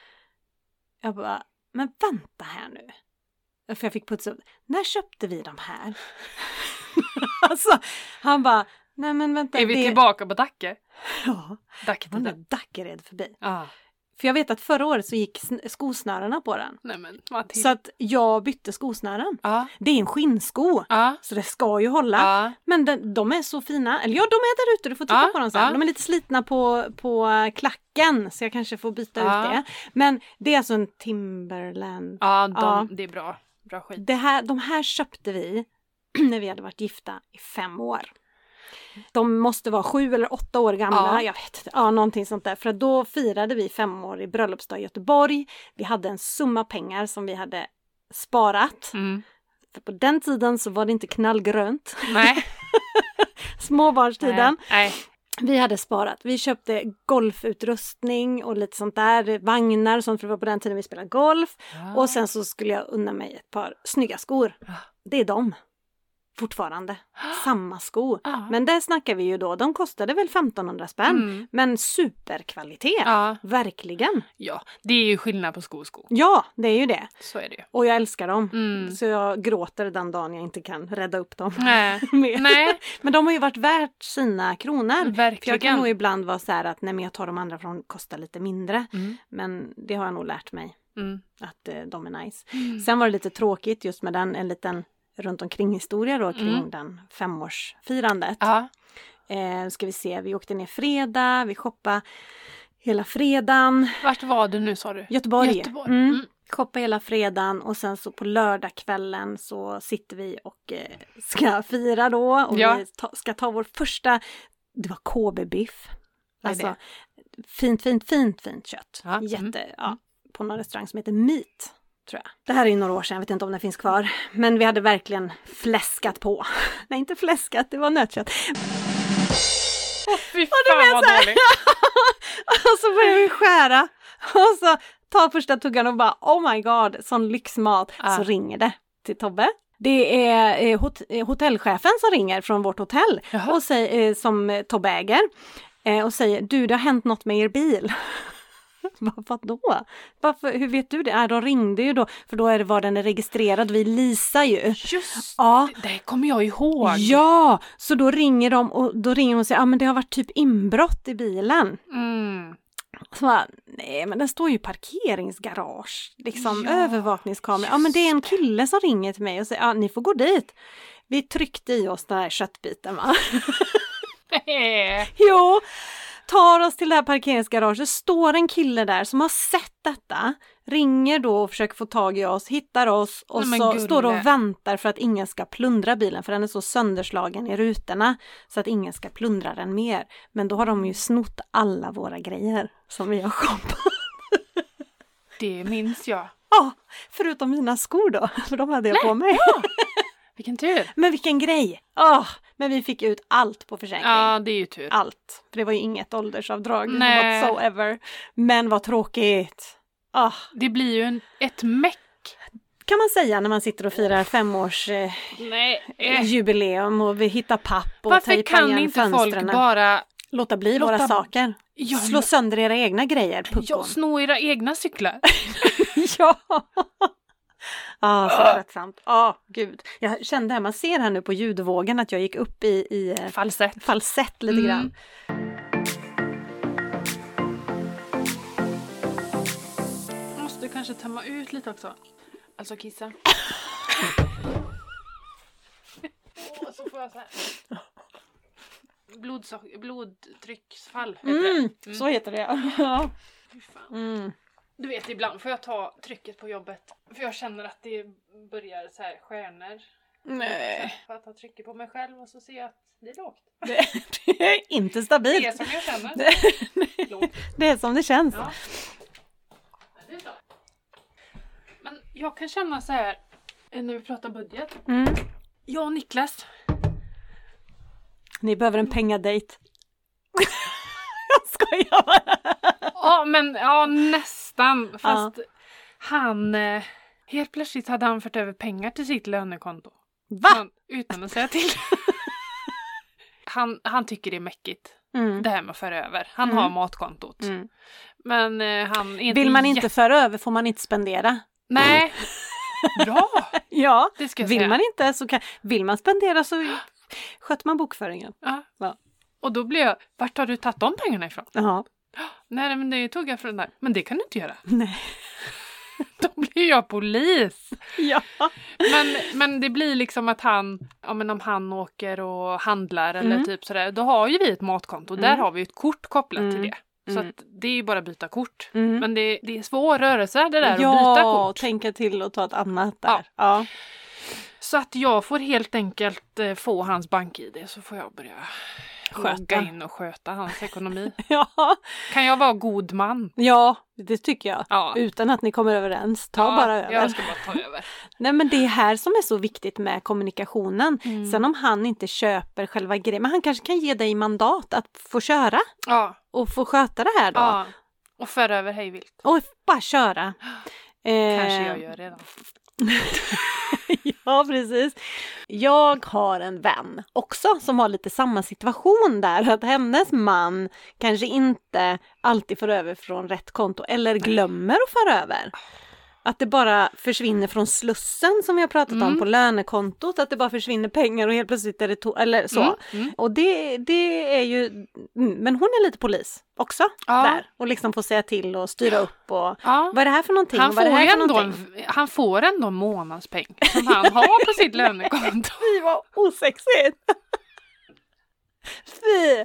Jag bara, men vänta här nu. För jag fick putsa upp. När köpte vi de här? Alltså, han bara, nej men vänta. Är vi tillbaka på Dacke? Ja. Dacke red förbi. Ah. För jag vet att förra året så gick skosnärarna på den. Nej men, vad till? Så att jag bytte skosnären. Det är en skinnsko. Så det ska ju hålla. Men de är så fina. Eller de är där ute. Du får titta på dem sen. De är lite slitna på klacken. Så jag kanske får byta ut det. Men det är alltså en Timberland. Det är bra. Bra skit. De här köpte vi när vi hade varit gifta i 5 år. De måste vara 7 eller 8 år gamla. Jag vet inte. Någonting sånt där. För då firade vi 5 år i bröllopsdag i Göteborg. Vi hade en summa pengar som vi hade sparat. För på den tiden så var det inte knallgrönt. Nej. Småbarnstiden. Nej. Vi hade sparat. Vi köpte golfutrustning och lite sånt där. Vagnar och sånt, för det var på den tiden vi spelade golf. Och sen så skulle jag unna mig ett par snygga skor. Det är de. Fortfarande. Samma sko. Men där snackar vi ju då. De kostade väl 1500 spänn. Men superkvalitet. Verkligen. Ja, det är ju skillnad på sko. Ja, det är ju det. Så är det ju. Och jag älskar dem. Så jag gråter den dagen jag inte kan rädda upp dem. Nej. Men de har ju varit värt sina kronor. Verkligen. För jag kan nog ibland vara så här att jag tar de andra för de kostar lite mindre. Men det har jag nog lärt mig. Att de är nice. Sen var det lite tråkigt just med en liten runt omkring historia då kring den 5-årsfirandet. Ska vi se, vi åkte ner fredag, vi shoppade hela fredagen. Vart var du nu, sa du? Göteborg. Shoppade hela fredagen och sen så på lördagskvällen så sitter vi och ska fira då. Och vi ska ta vår första, det var KB-biff. Alltså fint kött. På någon restaurang som heter Meat. Tror jag. Det här är ju några år sedan, jag vet inte om det finns kvar. Men vi hade verkligen fläskat på. Nej, inte fläskat, det var nötkött. Fy fan vad dåligt. Och så började vi skära. Och så tar första tuggan och bara, oh my god, sån lyxmat. Så ringer det till Tobbe. Det är hotellchefen som ringer från vårt hotell. Och säger, som Tobbe äger. Och säger, du, det har hänt något med er bil. Vadå? Varför, hur vet du det? De ringde ju då, för då var den registrerad vid Lisa ju. Just det kommer jag ihåg. Ja, så då ringer de och säger, men det har varit typ inbrott i bilen. Så bara, nej men den står ju parkeringsgarage, liksom övervakningskamera. Men det är en kille som ringer till mig och säger, ni får gå dit. Vi tryckte i oss den här köttbiten, va? Jo, tar oss till det här parkeringsgaraget, står en kille där som har sett detta, ringer då och försöker få tag i oss, hittar oss och så står och väntar för att ingen ska plundra bilen, för den är så sönderslagen i rutorna så att ingen ska plundra den mer. Men då har de ju snott alla våra grejer som vi har shoppat. Det minns jag. Ja, förutom mina skor då, för de hade jag på mig. Ja. Vilken tur. Men vilken grej! Men vi fick ut allt på försäkring. Ja, det är ju tur. Allt. För det var ju inget åldersavdrag Nej. whatsoever. Men vad tråkigt. Det blir ju ett meck. Kan man säga när man sitter och firar 5-års jubileum och vi hittar papp och varför tejpar kan igen inte fönstren. folk bara Låta bli våra saker. Ja, Slå sönder era egna grejer, puckon. snå era egna cyklar. Ja! Så tröttsamt. Gud. Jag kände här, man ser här nu på ljudvågen att jag gick upp i falsett lite grann. Jag måste kanske tömma ut lite också. Alltså kissa. Så får jag så här. Blodtrycksfall heter det. Så heter det, ja. Fy fan. Du vet, ibland får jag ta trycket på jobbet. För jag känner att det börjar så här stjärnor. Nej. För att ta trycket på mig själv och så ser jag att det är lågt. Det är inte stabilt. Det är som jag känner. Det är som det känns. Ja. Det är så. Men jag kan känna så här när vi pratar budget. Jag och Niklas. Ni behöver en pengadejt. Jag skojar bara. Ja, nästan. Fast han... helt plötsligt hade han fört över pengar till sitt lönekonto. Va? Utan att säga till. Han tycker det är mäckigt. Det här med att föra över. Han har matkontot. Men han är inte... Vill man inte föra över får man inte spendera. Nej. Bra. Ja, det ska jag vill säga. man inte så kan... Vill man spendera så sköter man bokföringen. Ja. Och då blir jag... Vart har du tagit de pengarna ifrån? Jaha. Nej, men det tog jag från där. Men det kan du inte göra. Nej. Då blir jag polis. Ja. Men det blir liksom att om han åker och handlar eller typ sådär, då har ju vi ett matkonto. Där har vi ett kort kopplat till det. Så att det är ju bara att byta kort. Men det är svår rörelse det där att byta kort. Ja, tänka till och ta ett annat där. Ja. Så att jag får helt enkelt få hans bank-ID så får jag börja logga in och sköta hans ekonomi. Ja. Kan jag vara god man? Ja, det tycker jag. Ja. Utan att ni kommer överens. Ta bara över. Jag ska bara ta över. Nej, men det är här som är så viktigt med kommunikationen. Sen om han inte köper själva grejen, men han kanske kan ge dig mandat att få köra. Ja. Och få sköta det här då. Ja. Och föra över hejvilt. Och bara köra. Kanske jag gör redan. Ja, precis. Jag har en vän också som har lite samma situation där. Att hennes man kanske inte alltid får över från rätt konto eller glömmer att föra över. Att det bara försvinner från slussen som vi har pratat om på lönekontot. Att det bara försvinner pengar och helt plötsligt är det eller så. Och det är ju... Men hon är lite polis också där. Och liksom får säga till och styra upp. Och, vad är det här för någonting? Han får ändå månadspeng som han har på sitt lönekonto. Fy, vad osexigt! Fy!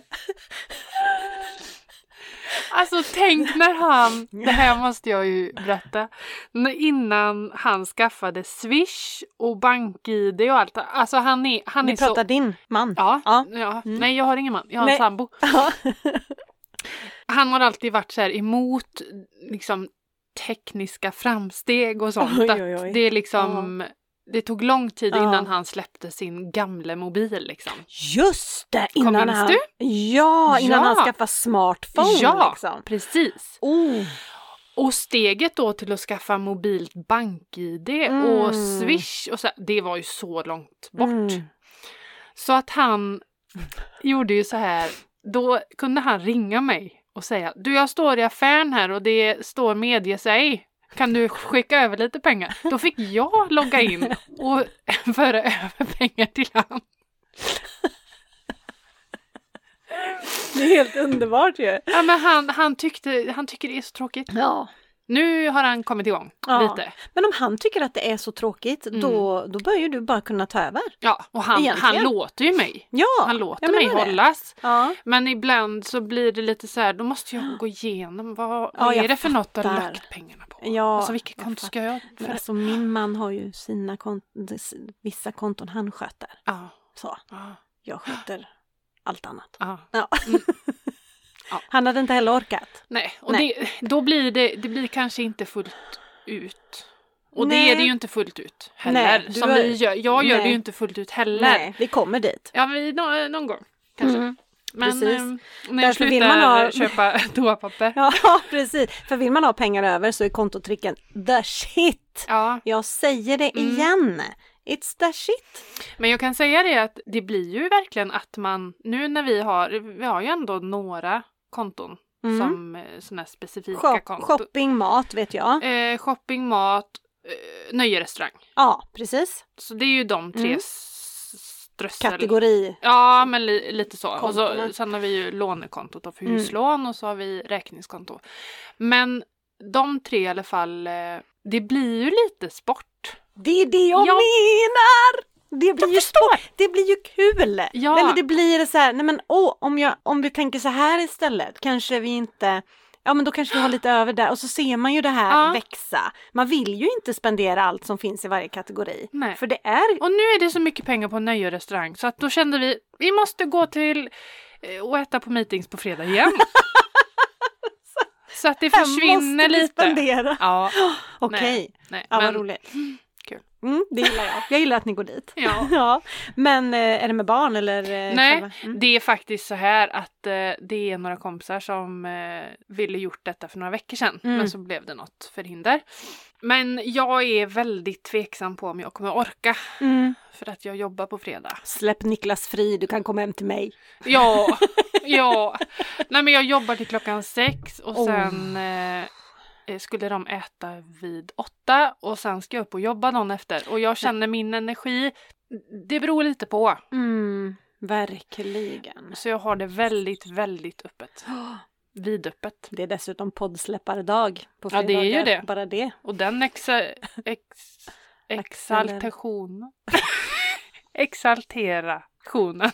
Alltså tänk när det här måste jag ju berätta, innan han skaffade Swish och BankID och allt. Alltså han är pratar så... din man? Ja. Nej, jag har ingen man. Jag har en sambo. Ja. Han har alltid varit så här emot liksom tekniska framsteg och sånt. Oj. Det är liksom... Det tog lång tid innan han släppte sin gamla mobil liksom. Just det! Innan han skaffade smartphone. Ja, liksom. Precis. Och steget då till att skaffa mobilt BankID och Swish och så, det var ju så långt bort. Så att han gjorde ju så här, då kunde han ringa mig och säga: du, jag står i affären här och det står medge sig. Kan du skicka över lite pengar? Då fick jag logga in och föra över pengar till han. Det är helt underbart ju. Ja, men han tycker det är så tråkigt. Ja. Nu har han kommit igång lite. Men om han tycker att det är så tråkigt, då bör ju du bara kunna ta över. Ja, och han låter ju mig. Ja, han låter mig hållas. Ja. Men ibland så blir det lite så här, då måste jag gå igenom vad är det för något att lagt pengarna på. Ja, alltså vilket konto ska jag? Alltså min man har ju sina vissa konton han sköter. Ja. Så. Jag sköter allt annat. Ja. Ja. Ja. Han hade inte heller orkat. Nej, och då blir det blir kanske inte fullt ut. Och det är det ju inte fullt ut heller. Som vi gör. Jag gör det ju inte fullt ut heller. Nej, vi kommer dit. Ja, någon gång kanske. Men när jag Därför slutar köpa toapapper. Ja, precis. För vill man ha pengar över så är kontotricken the shit. Ja. Jag säger det igen. It's the shit. Men jag kan säga det att det blir ju verkligen att man, nu när vi har ju ändå några konton som såna här specifika konton. Shopping, mat vet jag. Shopping, mat, nöjerestaurang. Ja, precis. Så det är ju de tre strössel. Kategori. Ja, men lite så. Kontona. Och sen har vi ju lånekontot för huslån och så har vi räkningskonto. Men de tre i alla fall, det blir ju lite sport. Det är det jag menar! Det blir ju sport. Det blir ju kul. Ja. Eller det blir så här, nej men om vi tänker så här istället, kanske vi inte, ja men då kanske vi har lite över där och så ser man ju det här växa. Man vill ju inte spendera allt som finns i varje kategori. Nej. För det är... Och nu är det så mycket pengar på nöje och restaurang så att då kände vi måste gå till och äta på meetings på fredag igen. Så att det försvinner lite. Spendera. Ja. Okej. Nej. Ja, Men, vad roligt. Kul. Det gillar jag. Jag gillar att ni går dit. Ja. Ja. Men är det med barn eller? Nej, det är faktiskt så här att det är några kompisar som ville gjort detta för några veckor sedan. Men så blev det något förhinder. Men jag är väldigt tveksam på om jag kommer orka. För att jag jobbar på fredag. Släpp Niklas fri, du kan komma hem till mig. Ja. Nej, men jag jobbar till 6:00 och sen skulle de äta vid 8 och sen ska jag upp och jobba någon efter. Och jag känner min energi, det beror lite på. Verkligen. Så jag har det väldigt, väldigt öppet. Vidöppet. Det är dessutom poddsläppardag på fredagar. Ja, det är ju det. Bara det. Och den exaltationen. Exalterationen.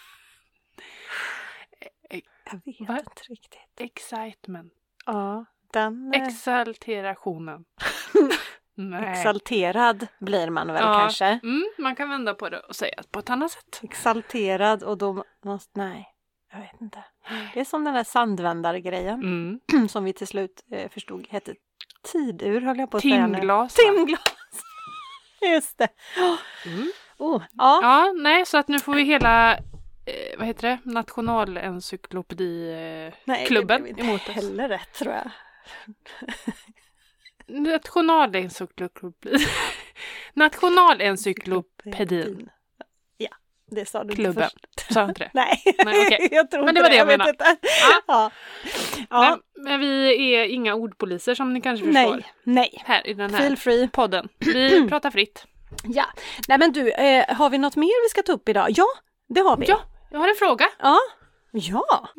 Jag vet inte riktigt. Excitement. Ja, den... Exalterationen. Nej. Exalterad blir man väl kanske. Man kan vända på det och säga på ett annat sätt. Exalterad och då måste... Nej, jag vet inte. Det är som den där sandvändargrejen. Som vi till slut förstod hette tidur, höll jag på att säga nu. Timglas. Just det. Ja, nej, så att nu får vi hela vad heter det? Nationalencyklopedi-klubben emot oss. Heller rätt, tror jag. Nationalencyklopedin. Ja, det sa du klubben. Först. Sa inte det? Nej, okay. Jag tror men det var det jag menade. Ja. Men vi är inga ordpoliser som ni kanske förstår. Nej. Här i den här Feel free. podden. Vi pratar fritt. Ja. Nej men du, har vi något mer vi ska ta upp idag? Ja, det har vi. Ja, jag har en fråga. Ja.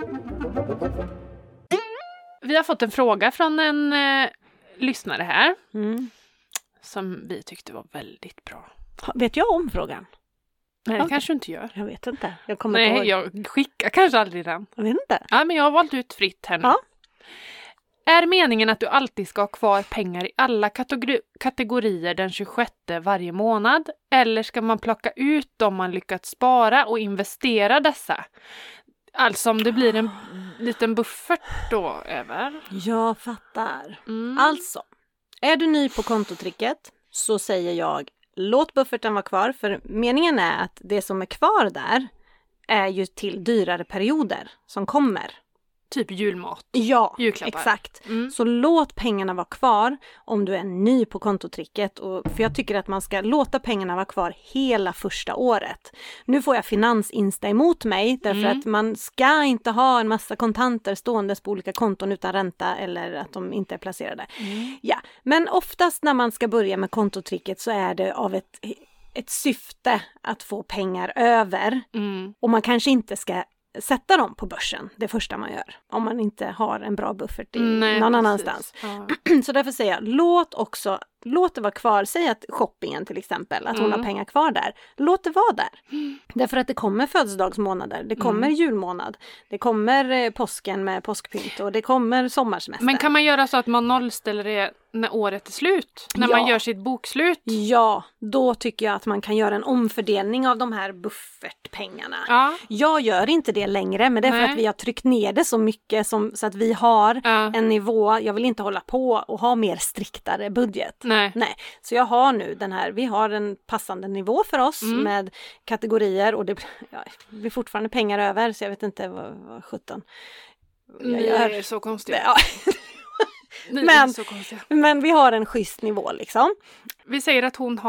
Vi har fått en fråga från en lyssnare här. Som vi tyckte var väldigt bra. Vet jag om frågan? Nej, det kanske du inte gör. Jag vet inte. Jag kommer inte ihåg. Jag skickar kanske aldrig den. Jag vet inte. Ja, men jag har valt ut fritt här nu. Ja. Är meningen att du alltid ska ha kvar pengar i alla kategorier den 26 varje månad? Eller ska man plocka ut dem man lyckats spara och investera dessa? Alltså om det blir en liten buffert då över. Jag fattar. Alltså, är du ny på kontotricket så säger jag låt bufferten vara kvar. För meningen är att det som är kvar där är ju till dyrare perioder som kommer. Typ julmat. Ja, julklappar. Exakt. Så låt pengarna vara kvar om du är ny på kontotricket. För jag tycker att man ska låta pengarna vara kvar hela första året. Nu får jag Finansinsta emot mig därför att man ska inte ha en massa kontanter ståendes på olika konton utan ränta eller att de inte är placerade. Ja, men oftast när man ska börja med kontotricket så är det av ett syfte att få pengar över. Och man kanske inte ska sätta dem på börsen, det första man gör. Om man inte har en bra buffert någon annanstans. Ja. Så därför säger jag, låt också låt det vara kvar. Säg att shoppingen till exempel, att hon har pengar kvar där. Låt det vara där. Därför att det kommer födelsedagsmånader, det kommer julmånad, det kommer påsken med påskpynt och det kommer sommarsemester. Men kan man göra så att man nollställer det när året är slut? När man gör sitt bokslut? Ja, då tycker jag att man kan göra en omfördelning av de här buffertpengarna. Ja. Jag gör inte det längre, men det är för att vi har tryckt ner det så mycket så att vi har en nivå. Jag vill inte hålla på och ha mer striktare budget. Nej. Så jag har nu vi har en passande nivå för oss med kategorier och det blir fortfarande pengar över, så jag vet inte vad 17 jag gör. Det är så konstigt. Ja. Men vi har en schysst nivå liksom. Vi säger att hon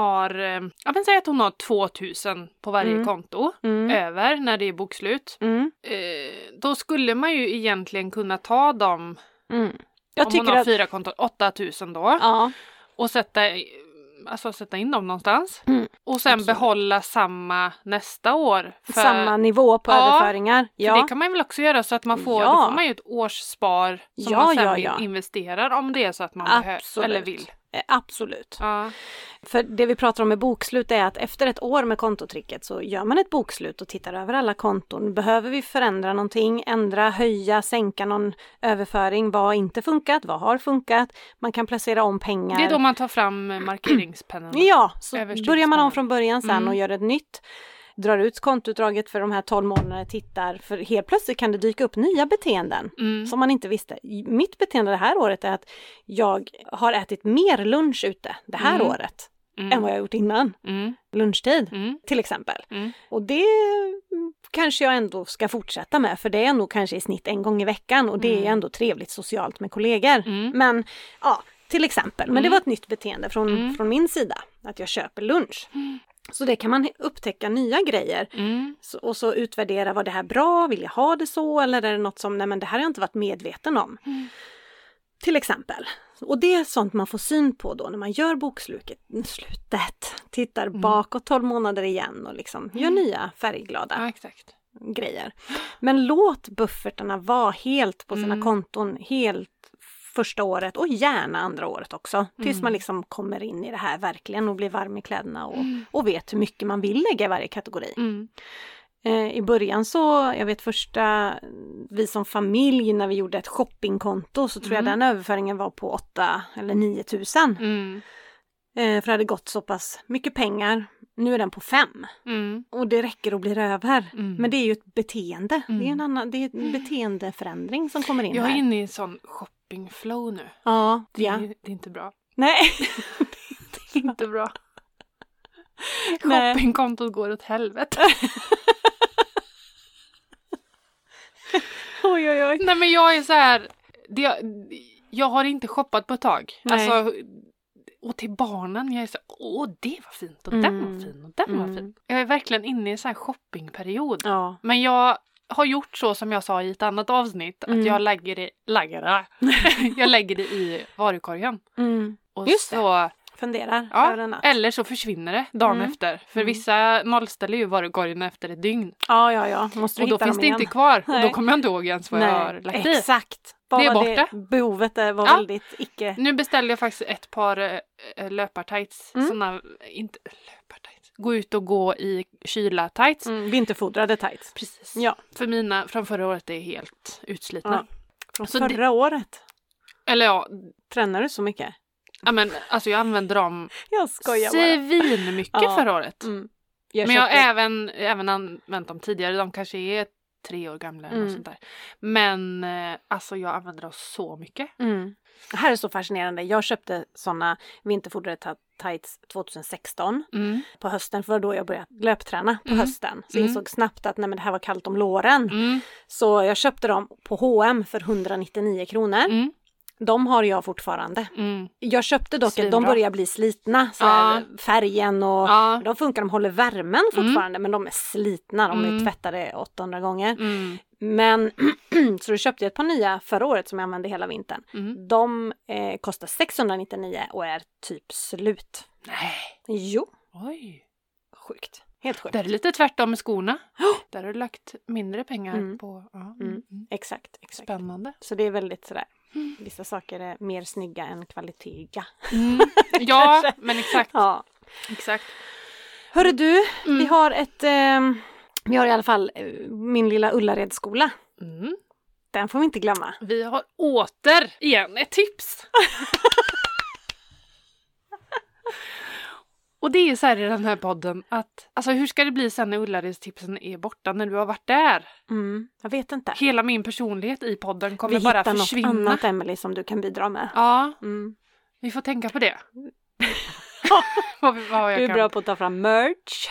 har 2000 på varje konto över när det är bokslut. Då skulle man ju egentligen kunna ta dem om hon har 4 konton, 8000 då. Ja. Och sätta in dem någonstans. Och sen behålla samma nästa år. Samma nivå på överföringar. Ja. För det kan man väl också göra så att man får, då får man ju ett årsspar som man sen investerar om det är så att man behöver eller vill. Absolut. Ja. För det vi pratar om med bokslut är att efter ett år med kontotricket så gör man ett bokslut och tittar över alla konton. Behöver vi förändra någonting, ändra, höja, sänka någon överföring? Vad har inte funkat? Vad har funkat? Man kan placera om pengar. Det är då man tar fram markeringspennan. Ja, så börjar man om från början sen och gör ett nytt. Drar ut kontoutdraget för de här 12 månaderna, tittar, för helt plötsligt kan det dyka upp nya beteenden som man inte visste. Mitt beteende det här året är att jag har ätit mer lunch ute det här året än vad jag gjort innan. Lunchtid till exempel. Och det kanske jag ändå ska fortsätta med, för det är nog kanske i snitt en gång i veckan och det är ändå trevligt socialt med kollegor. Men ja, till exempel. Men det var ett nytt beteende från min sida, att jag köper lunch. Så det kan man upptäcka nya grejer och så utvärdera, var det här bra, vill jag ha det så, eller är det något som, nej men det här har jag inte varit medveten om. Till exempel. Och det är sånt man får syn på då när man gör bokslutet, tittar bakåt 12 månader igen och liksom gör nya färgglada grejer. Men låt buffertarna vara helt på sina konton, helt första året och gärna andra året också. Tills man liksom kommer in i det här verkligen och blir varm i kläderna och vet hur mycket man vill lägga i varje kategori. I början så, jag vet vi som familj när vi gjorde ett shoppingkonto så tror jag den överföringen var på 8 eller 9 000. För det hade gått så pass mycket pengar. Nu är den på 5. Och det räcker och blir över. Men det är ju ett beteende. Det är en beteendeförändring som kommer in. Jag är här. inne i en sån shoppingflow nu. Ja. Det är inte bra. Nej. Det är inte bra. Shoppingkontot går åt helvete. Oj. Nej men jag är så här. Jag har inte shoppat på ett tag. Nej. Alltså, och till barnen, jag är så det var fint och den var fin och den var fin. Jag är verkligen inne i en sån här shoppingperiod. Ja. Men jag har gjort så som jag sa i ett annat avsnitt, att jag lägger det i varukorgen. Och just så det. Funderar. Eller så försvinner det dagen efter. För vissa nollställer ju varukorgen efter ett dygn. Ja. Måste och då finns det inte kvar. Nej. Och då kommer jag inte ihåg ens vad jag har lagt i. Exakt. Det är borta. Behovet var väldigt icke... Nu beställde jag faktiskt ett par löpartights. Såna, inte löpartights. Gå ut och gå i kyla tights. Vinterfodrade tights. Precis. Ja. För mina från förra året är helt utslitna. Ja. Från förra året? Eller ja. Tränar du så mycket? Ja men alltså jag använder dem svin mycket förra året. Men jag har även använt dem tidigare. De kanske är 3 år gamla eller något sånt där. Men alltså jag använder dem så mycket. Det här är så fascinerande. Jag köpte såna vinterfodrade tights 2016 på hösten, för då jag började löpträna på hösten. Så jag insåg snabbt att det här var kallt om låren. Så jag köpte dem på H&M för 199 kronor. De har jag fortfarande. Jag köpte dock att de börjar bli slitna. Färgen och de funkar, de håller värmen fortfarande. Men de är slitna, de är tvättade 800 gånger. Men så då köpte jag ett par nya förra året som jag använde hela vintern. De kostar 699 och är typ slut. Nej. Jo. Oj. Sjukt. Helt sjukt. Där är lite tvärtom med skorna. Där har du lagt mindre pengar på. Exakt. Spännande. Så det är väldigt sådär. Vissa saker är mer snygga än kvalitetiga. Ja, men exakt. Ja. Exakt. Hörru du, vi har i alla fall min lilla Ullaredsskola. Den får vi inte glömma. Vi har återigen ett tips. Och det är så här i den här podden att, alltså hur ska det bli sen när Ullaredstipsen är borta när du har varit där? Jag vet inte. Hela min personlighet i podden kommer bara försvinna. Vi hittar något annat, Emily, som du kan bidra med. Ja, vi får tänka på det. Du är bra på att ta fram merch.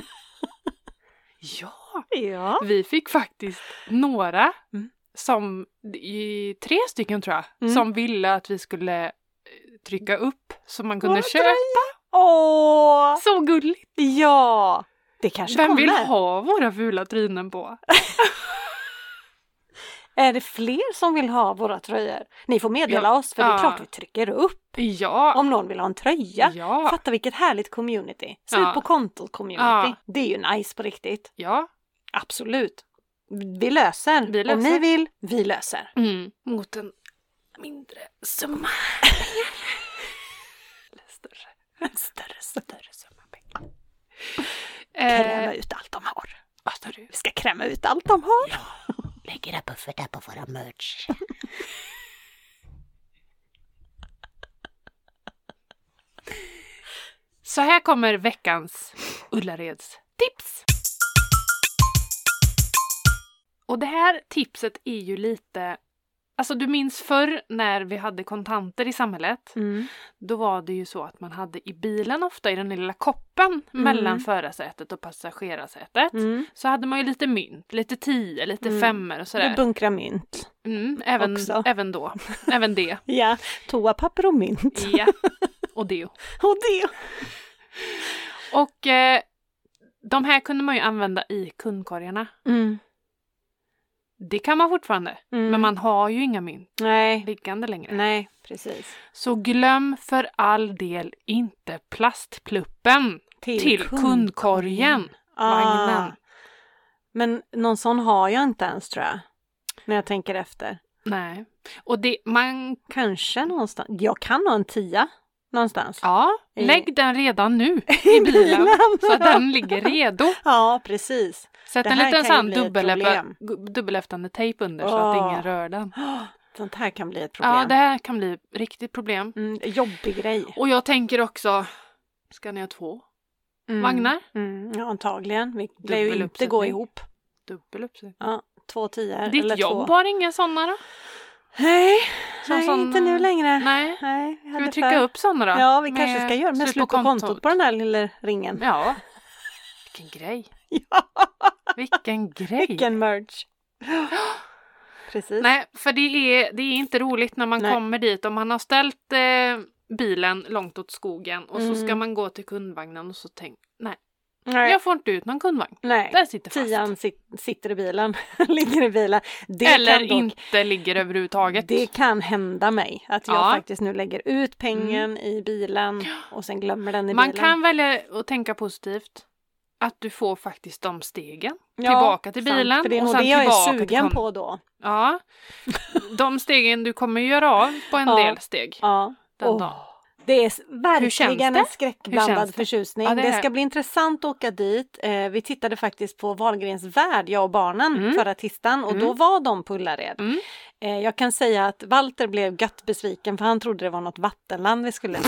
Ja, vi fick faktiskt några som, 3 stycken tror jag, som ville att vi skulle trycka upp så man kunde köpa. Åh! Så gulligt! Ja! Det kanske Vem kommer. vill ha våra fula trynen på? Är det fler som vill ha våra tröjor? Ni får meddela oss, för det är klart vi trycker upp. Ja! Om någon vill ha en tröja. Ja! Fatta vilket härligt community. Slut på kontot-community. Ja. Det är ju nice på riktigt. Ja. Absolut. Vi löser. Om ni vill, vi löser. Mot en mindre summa. Eller större summa pengar. Kräma ut allt de har. Vi ska kräma ut allt de har. Ja, lägg era buffertar på våra merch. Så här kommer veckans Ullareds tips. Och det här tipset är ju lite... Alltså du minns förr när vi hade kontanter i samhället. Då var det ju så att man hade i bilen ofta i den lilla koppen mellan förarsätet och passagerarsätet. Så hade man ju lite mynt, lite 10, lite 5 och sådär. Du bunkrar mynt. Även då. Även det. Ja, toapapper och mynt. Ja, och det. Och de här kunde man ju använda i kundkorgarna. Det kan man fortfarande. Men man har ju inga mynt liggande längre. Nej, precis. Så glöm för all del inte plastpluppen till kundkorgen. Vagnen. Men någon sån har jag inte ens, tror jag. När jag tänker efter. Nej. Och det, man... Kanske någonstans. Jag kan ha en 10 någonstans. Ja, lägg den redan nu i bilen. Så att den ligger redo. Ja, precis. Sätt en liten sån dubbelhäftande tejp under så att ingen rör den. Sånt här kan bli ett problem. Ja, det här kan bli ett riktigt problem. Jobbig grej. Och jag tänker också, ska ni ha 2 vagnar? Ja, antagligen. Vi lär ju inte gå ihop. Dubbeluppsättning. Ja, 2 10 Ditt eller 2. jobb har inga sådana då? Nej, inte nu längre. Nej. Ska vi trycka upp sådana då? Ja, vi kanske ska göra med slut på kontot på den här lilla ringen. Ja, vilken grej. Vilken grej. Vilken merch. Precis. Nej, för det är inte roligt när man kommer dit. Om man har ställt bilen långt åt skogen och så ska man gå till kundvagnen och så nej. Jag får inte ut någon kundvagn. Nej. Där sitter fast. 10 sitter i bilen. Ligger i bilen. Eller inte ligger överhuvudtaget. Det kan hända mig. Att jag faktiskt nu lägger ut pengen i bilen och sen glömmer den i bilen. Man kan välja att tänka positivt. Att du får faktiskt de stegen tillbaka till bilen. För det är och nog sen det jag är tillbaka sugen på då. Ja. De stegen du kommer göra av på en del steg. Ja. Den dagen. Det är verkligen en skräckblandad förtjusning. Ja, det ska bli intressant att åka dit. Vi tittade faktiskt på Wahlgrens värld, jag och barnen, förra tisdagen. Och då var de på Ullared. Jag kan säga att Walter blev gött besviken för han trodde det var något vattenland vi skulle.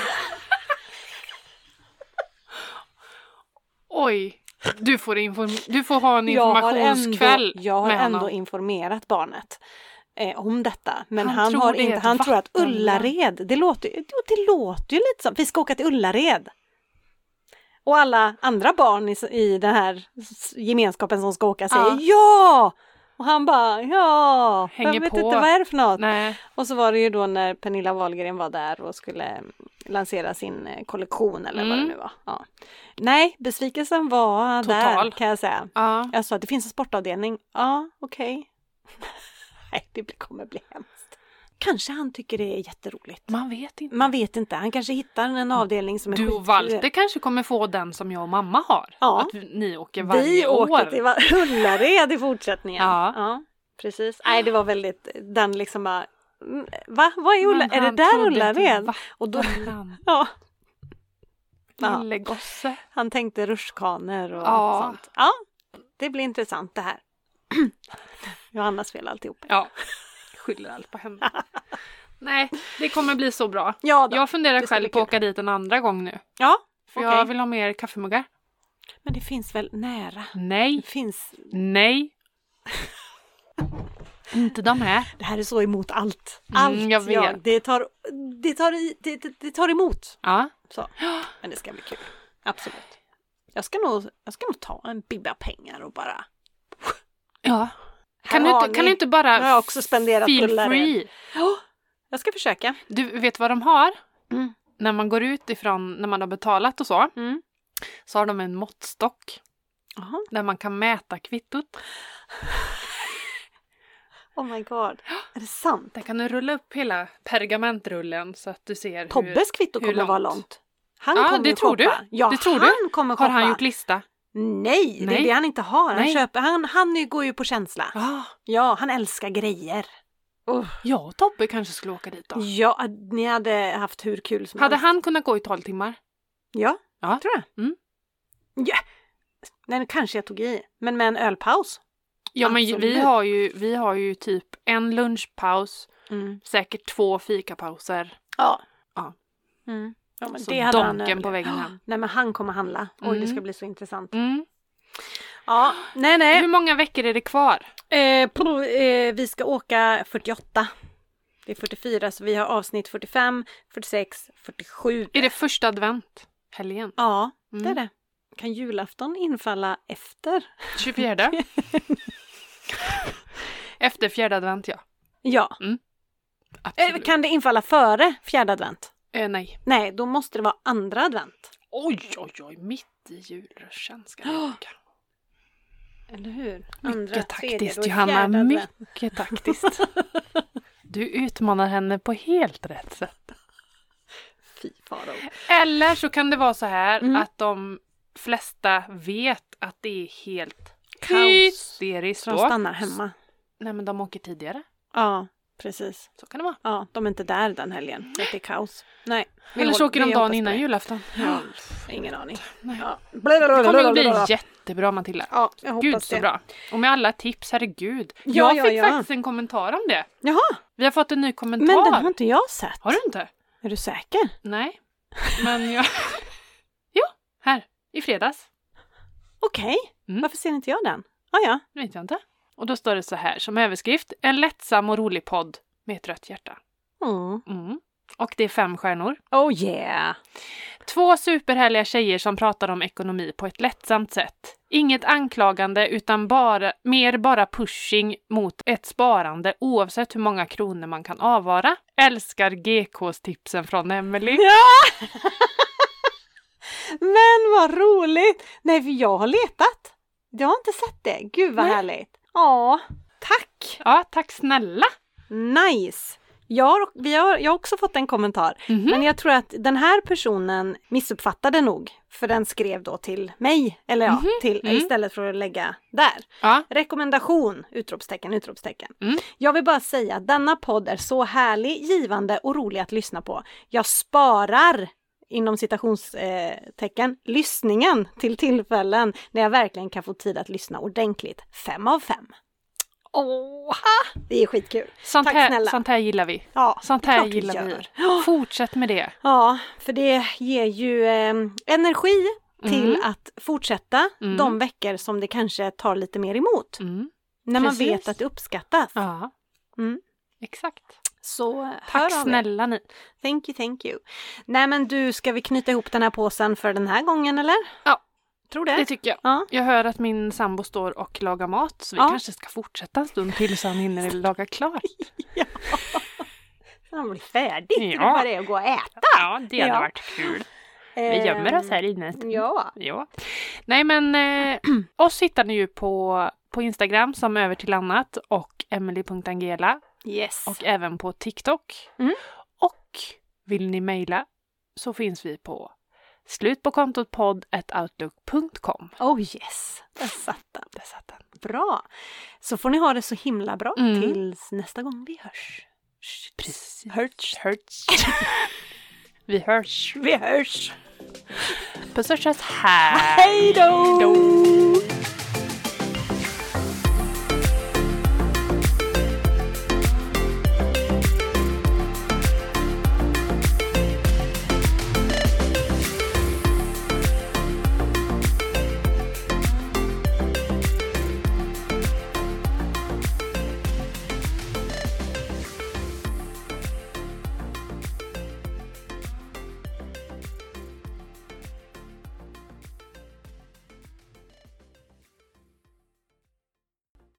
Oj, du får ha en informationskväll. Jag har ändå informerat barnet om detta. Men han tror att Ullared, det låter ju lite som, vi ska åka till Ullared. Och alla andra barn i den här gemenskapen som ska åka säger ja! Och han bara, hänger jag vet på. inte vad är det för något. Nej. Och så var det ju då när Pernilla Wahlgren var där och skulle lansera sin kollektion eller vad det nu var. Ja. Nej, besvikelsen var total. Där kan jag säga. Ja. Jag sa att det finns en sportavdelning. Ja, okej. Nej, det kommer bli hemskt. Kanske han tycker det är jätteroligt. Man vet inte. Han kanske hittar en avdelning som är du och Walter kanske kommer få den som jag och mamma har. Ja. Att ni åker varje år. Vi åker till Ullared i fortsättningen. Ja. Precis. Nej, det var väldigt, den liksom bara, Va? Vad är Ulla? Är det där Ullared? Och då... Ja. Lille gosse. Han tänkte rutschkanor och sånt. Ja, det blir intressant det här. Johannas fel alltihop. Ja, skyller allt på henne. Nej, det kommer bli så bra. Ja då, jag funderar själv på att åka dit en andra gång nu. Ja, för jag vill ha mer kaffemuggar. Men det finns väl nära? Nej. Det finns... Nej. Inte de här. Det här är så emot allt. Allt. Jag vet. Ja, det tar emot. Ja. Så. Men det ska bli kul. Absolut. Jag ska nog ta en bibba pengar och bara... Ja. Kan du inte bara jag har också spenderat feel free? Ja, jag ska försöka. Du vet vad de har? När man går ut ifrån, när man har betalat och så. Så har de en måttstock. Aha. Där man kan mäta kvittot. Oh my god. Är det sant? Där kan du rulla upp hela pergamentrullen så att du ser Tobbes kvitto kommer att vara långt. Han kommer det tror shoppa. du? Ja, det tror han du? Kommer har shoppa. Han gjort lista? Nej, det är det han inte har. Han går ju på känsla. Ah. Ja, han älskar grejer. Ja, och Tobbe kanske skulle åka dit då. Ja, ni hade haft hur kul som hade helst. Han kunnat gå i 12 timmar? Ja, tror jag. Ja. Nej, kanske jag tog i. Men med en ölpaus. Ja, men vi har ju typ en lunchpaus. Säkert 2 fikapauser. Ja. Ja. Ja, men så det hade donken på väggen hem. Nej, men han kommer handla. Oj, det ska bli så intressant. Ja, nej. Hur många veckor är det kvar? Vi ska åka 48. Det är 44, så vi har avsnitt 45, 46, 47. Är det första advent? Helgen? Ja, det är det. Kan julafton infalla efter? 24? Efter fjärde advent, ja. Ja. Kan det infalla före fjärde advent? Nej. Nej, då måste det vara andra advent. Oj, mitt i julruschen ska det åka. Eller hur? Mycket taktiskt, Johanna. Mycket taktiskt. Du utmanar henne på helt rätt sätt. Fy faro. Eller så kan det vara så här att de flesta vet att det är helt hysteriskt. Så de stannar hemma. Nej, men de åker tidigare. Ja, precis. Så kan det vara. Ja, de är inte där den helgen. Det är kaos. Nej. Eller så åker de dagen innan julafton. Ja, ingen aning. Ja. Det kommer bli jättebra, Matilda. Ja, jag hoppas Gud, så det. bra. Och med alla tips, herregud. Ja, jag fick faktiskt en kommentar om det. Jaha. Vi har fått en ny kommentar. Men den har inte jag sett. Har du inte? Är du säker? Nej. Men jag... Jo, här. I fredags. Okej. Varför ser inte jag den? Ja. Det vet jag inte. Och då står det så här som överskrift. En lättsam och rolig podd med ett rött hjärta. Och det är 5 stjärnor. Oh yeah. 2 superhärliga tjejer som pratar om ekonomi på ett lättsamt sätt. Inget anklagande utan bara pushing mot ett sparande oavsett hur många kronor man kan avvara. Älskar GKs-tipsen från Emily. Ja! Men vad roligt! Nej, för jag har letat. Jag har inte sett det. Gud vad härligt. Ja, tack! Ja, tack snälla! Nice! Jag har också fått en kommentar. Men jag tror att den här personen missuppfattade nog. För den skrev då till mig. Eller istället för att lägga där. Ja. Rekommendation! Utropstecken. Jag vill bara säga att denna podd är så härlig, givande och rolig att lyssna på. Jag sparar inom citationstecken lyssningen till tillfällen när jag verkligen kan få tid att lyssna ordentligt. 5 av 5. Det är skitkul. Tack snälla. Sånt här gillar vi. Ja, sånt här gillar vi. Fortsätt med det. Ja, för det ger ju energi till att fortsätta de veckor som det kanske tar lite mer emot. När man vet att det uppskattas. Ja, exakt. Så tack snälla ni. Thank you. Nej, men du, ska vi knyta ihop den här påsen för den här gången eller? Ja. Tror det? Det tycker jag. Ja. Jag hör att min sambo står och lagar mat. Så vi kanske ska fortsätta en stund till så han hinner laga klart. Ja. Han blir färdig. Det är bara det att gå och äta. Ja, det hade varit kul. Vi gömmer oss här inne. Ja. Nej, men oss hittar ni ju på Instagram som Över till annat och Emily.Angela. Yes. Och även på TikTok. Och vill ni mejla så finns vi på slutpåkontotpodd@outlook.com. Oh yes, där satt den. Bra. Så får ni ha det så himla bra tills nästa gång vi hörs. Precis. Hörts. Vi hörs. Vi hörs. Puss och tjus. Hej Hej då!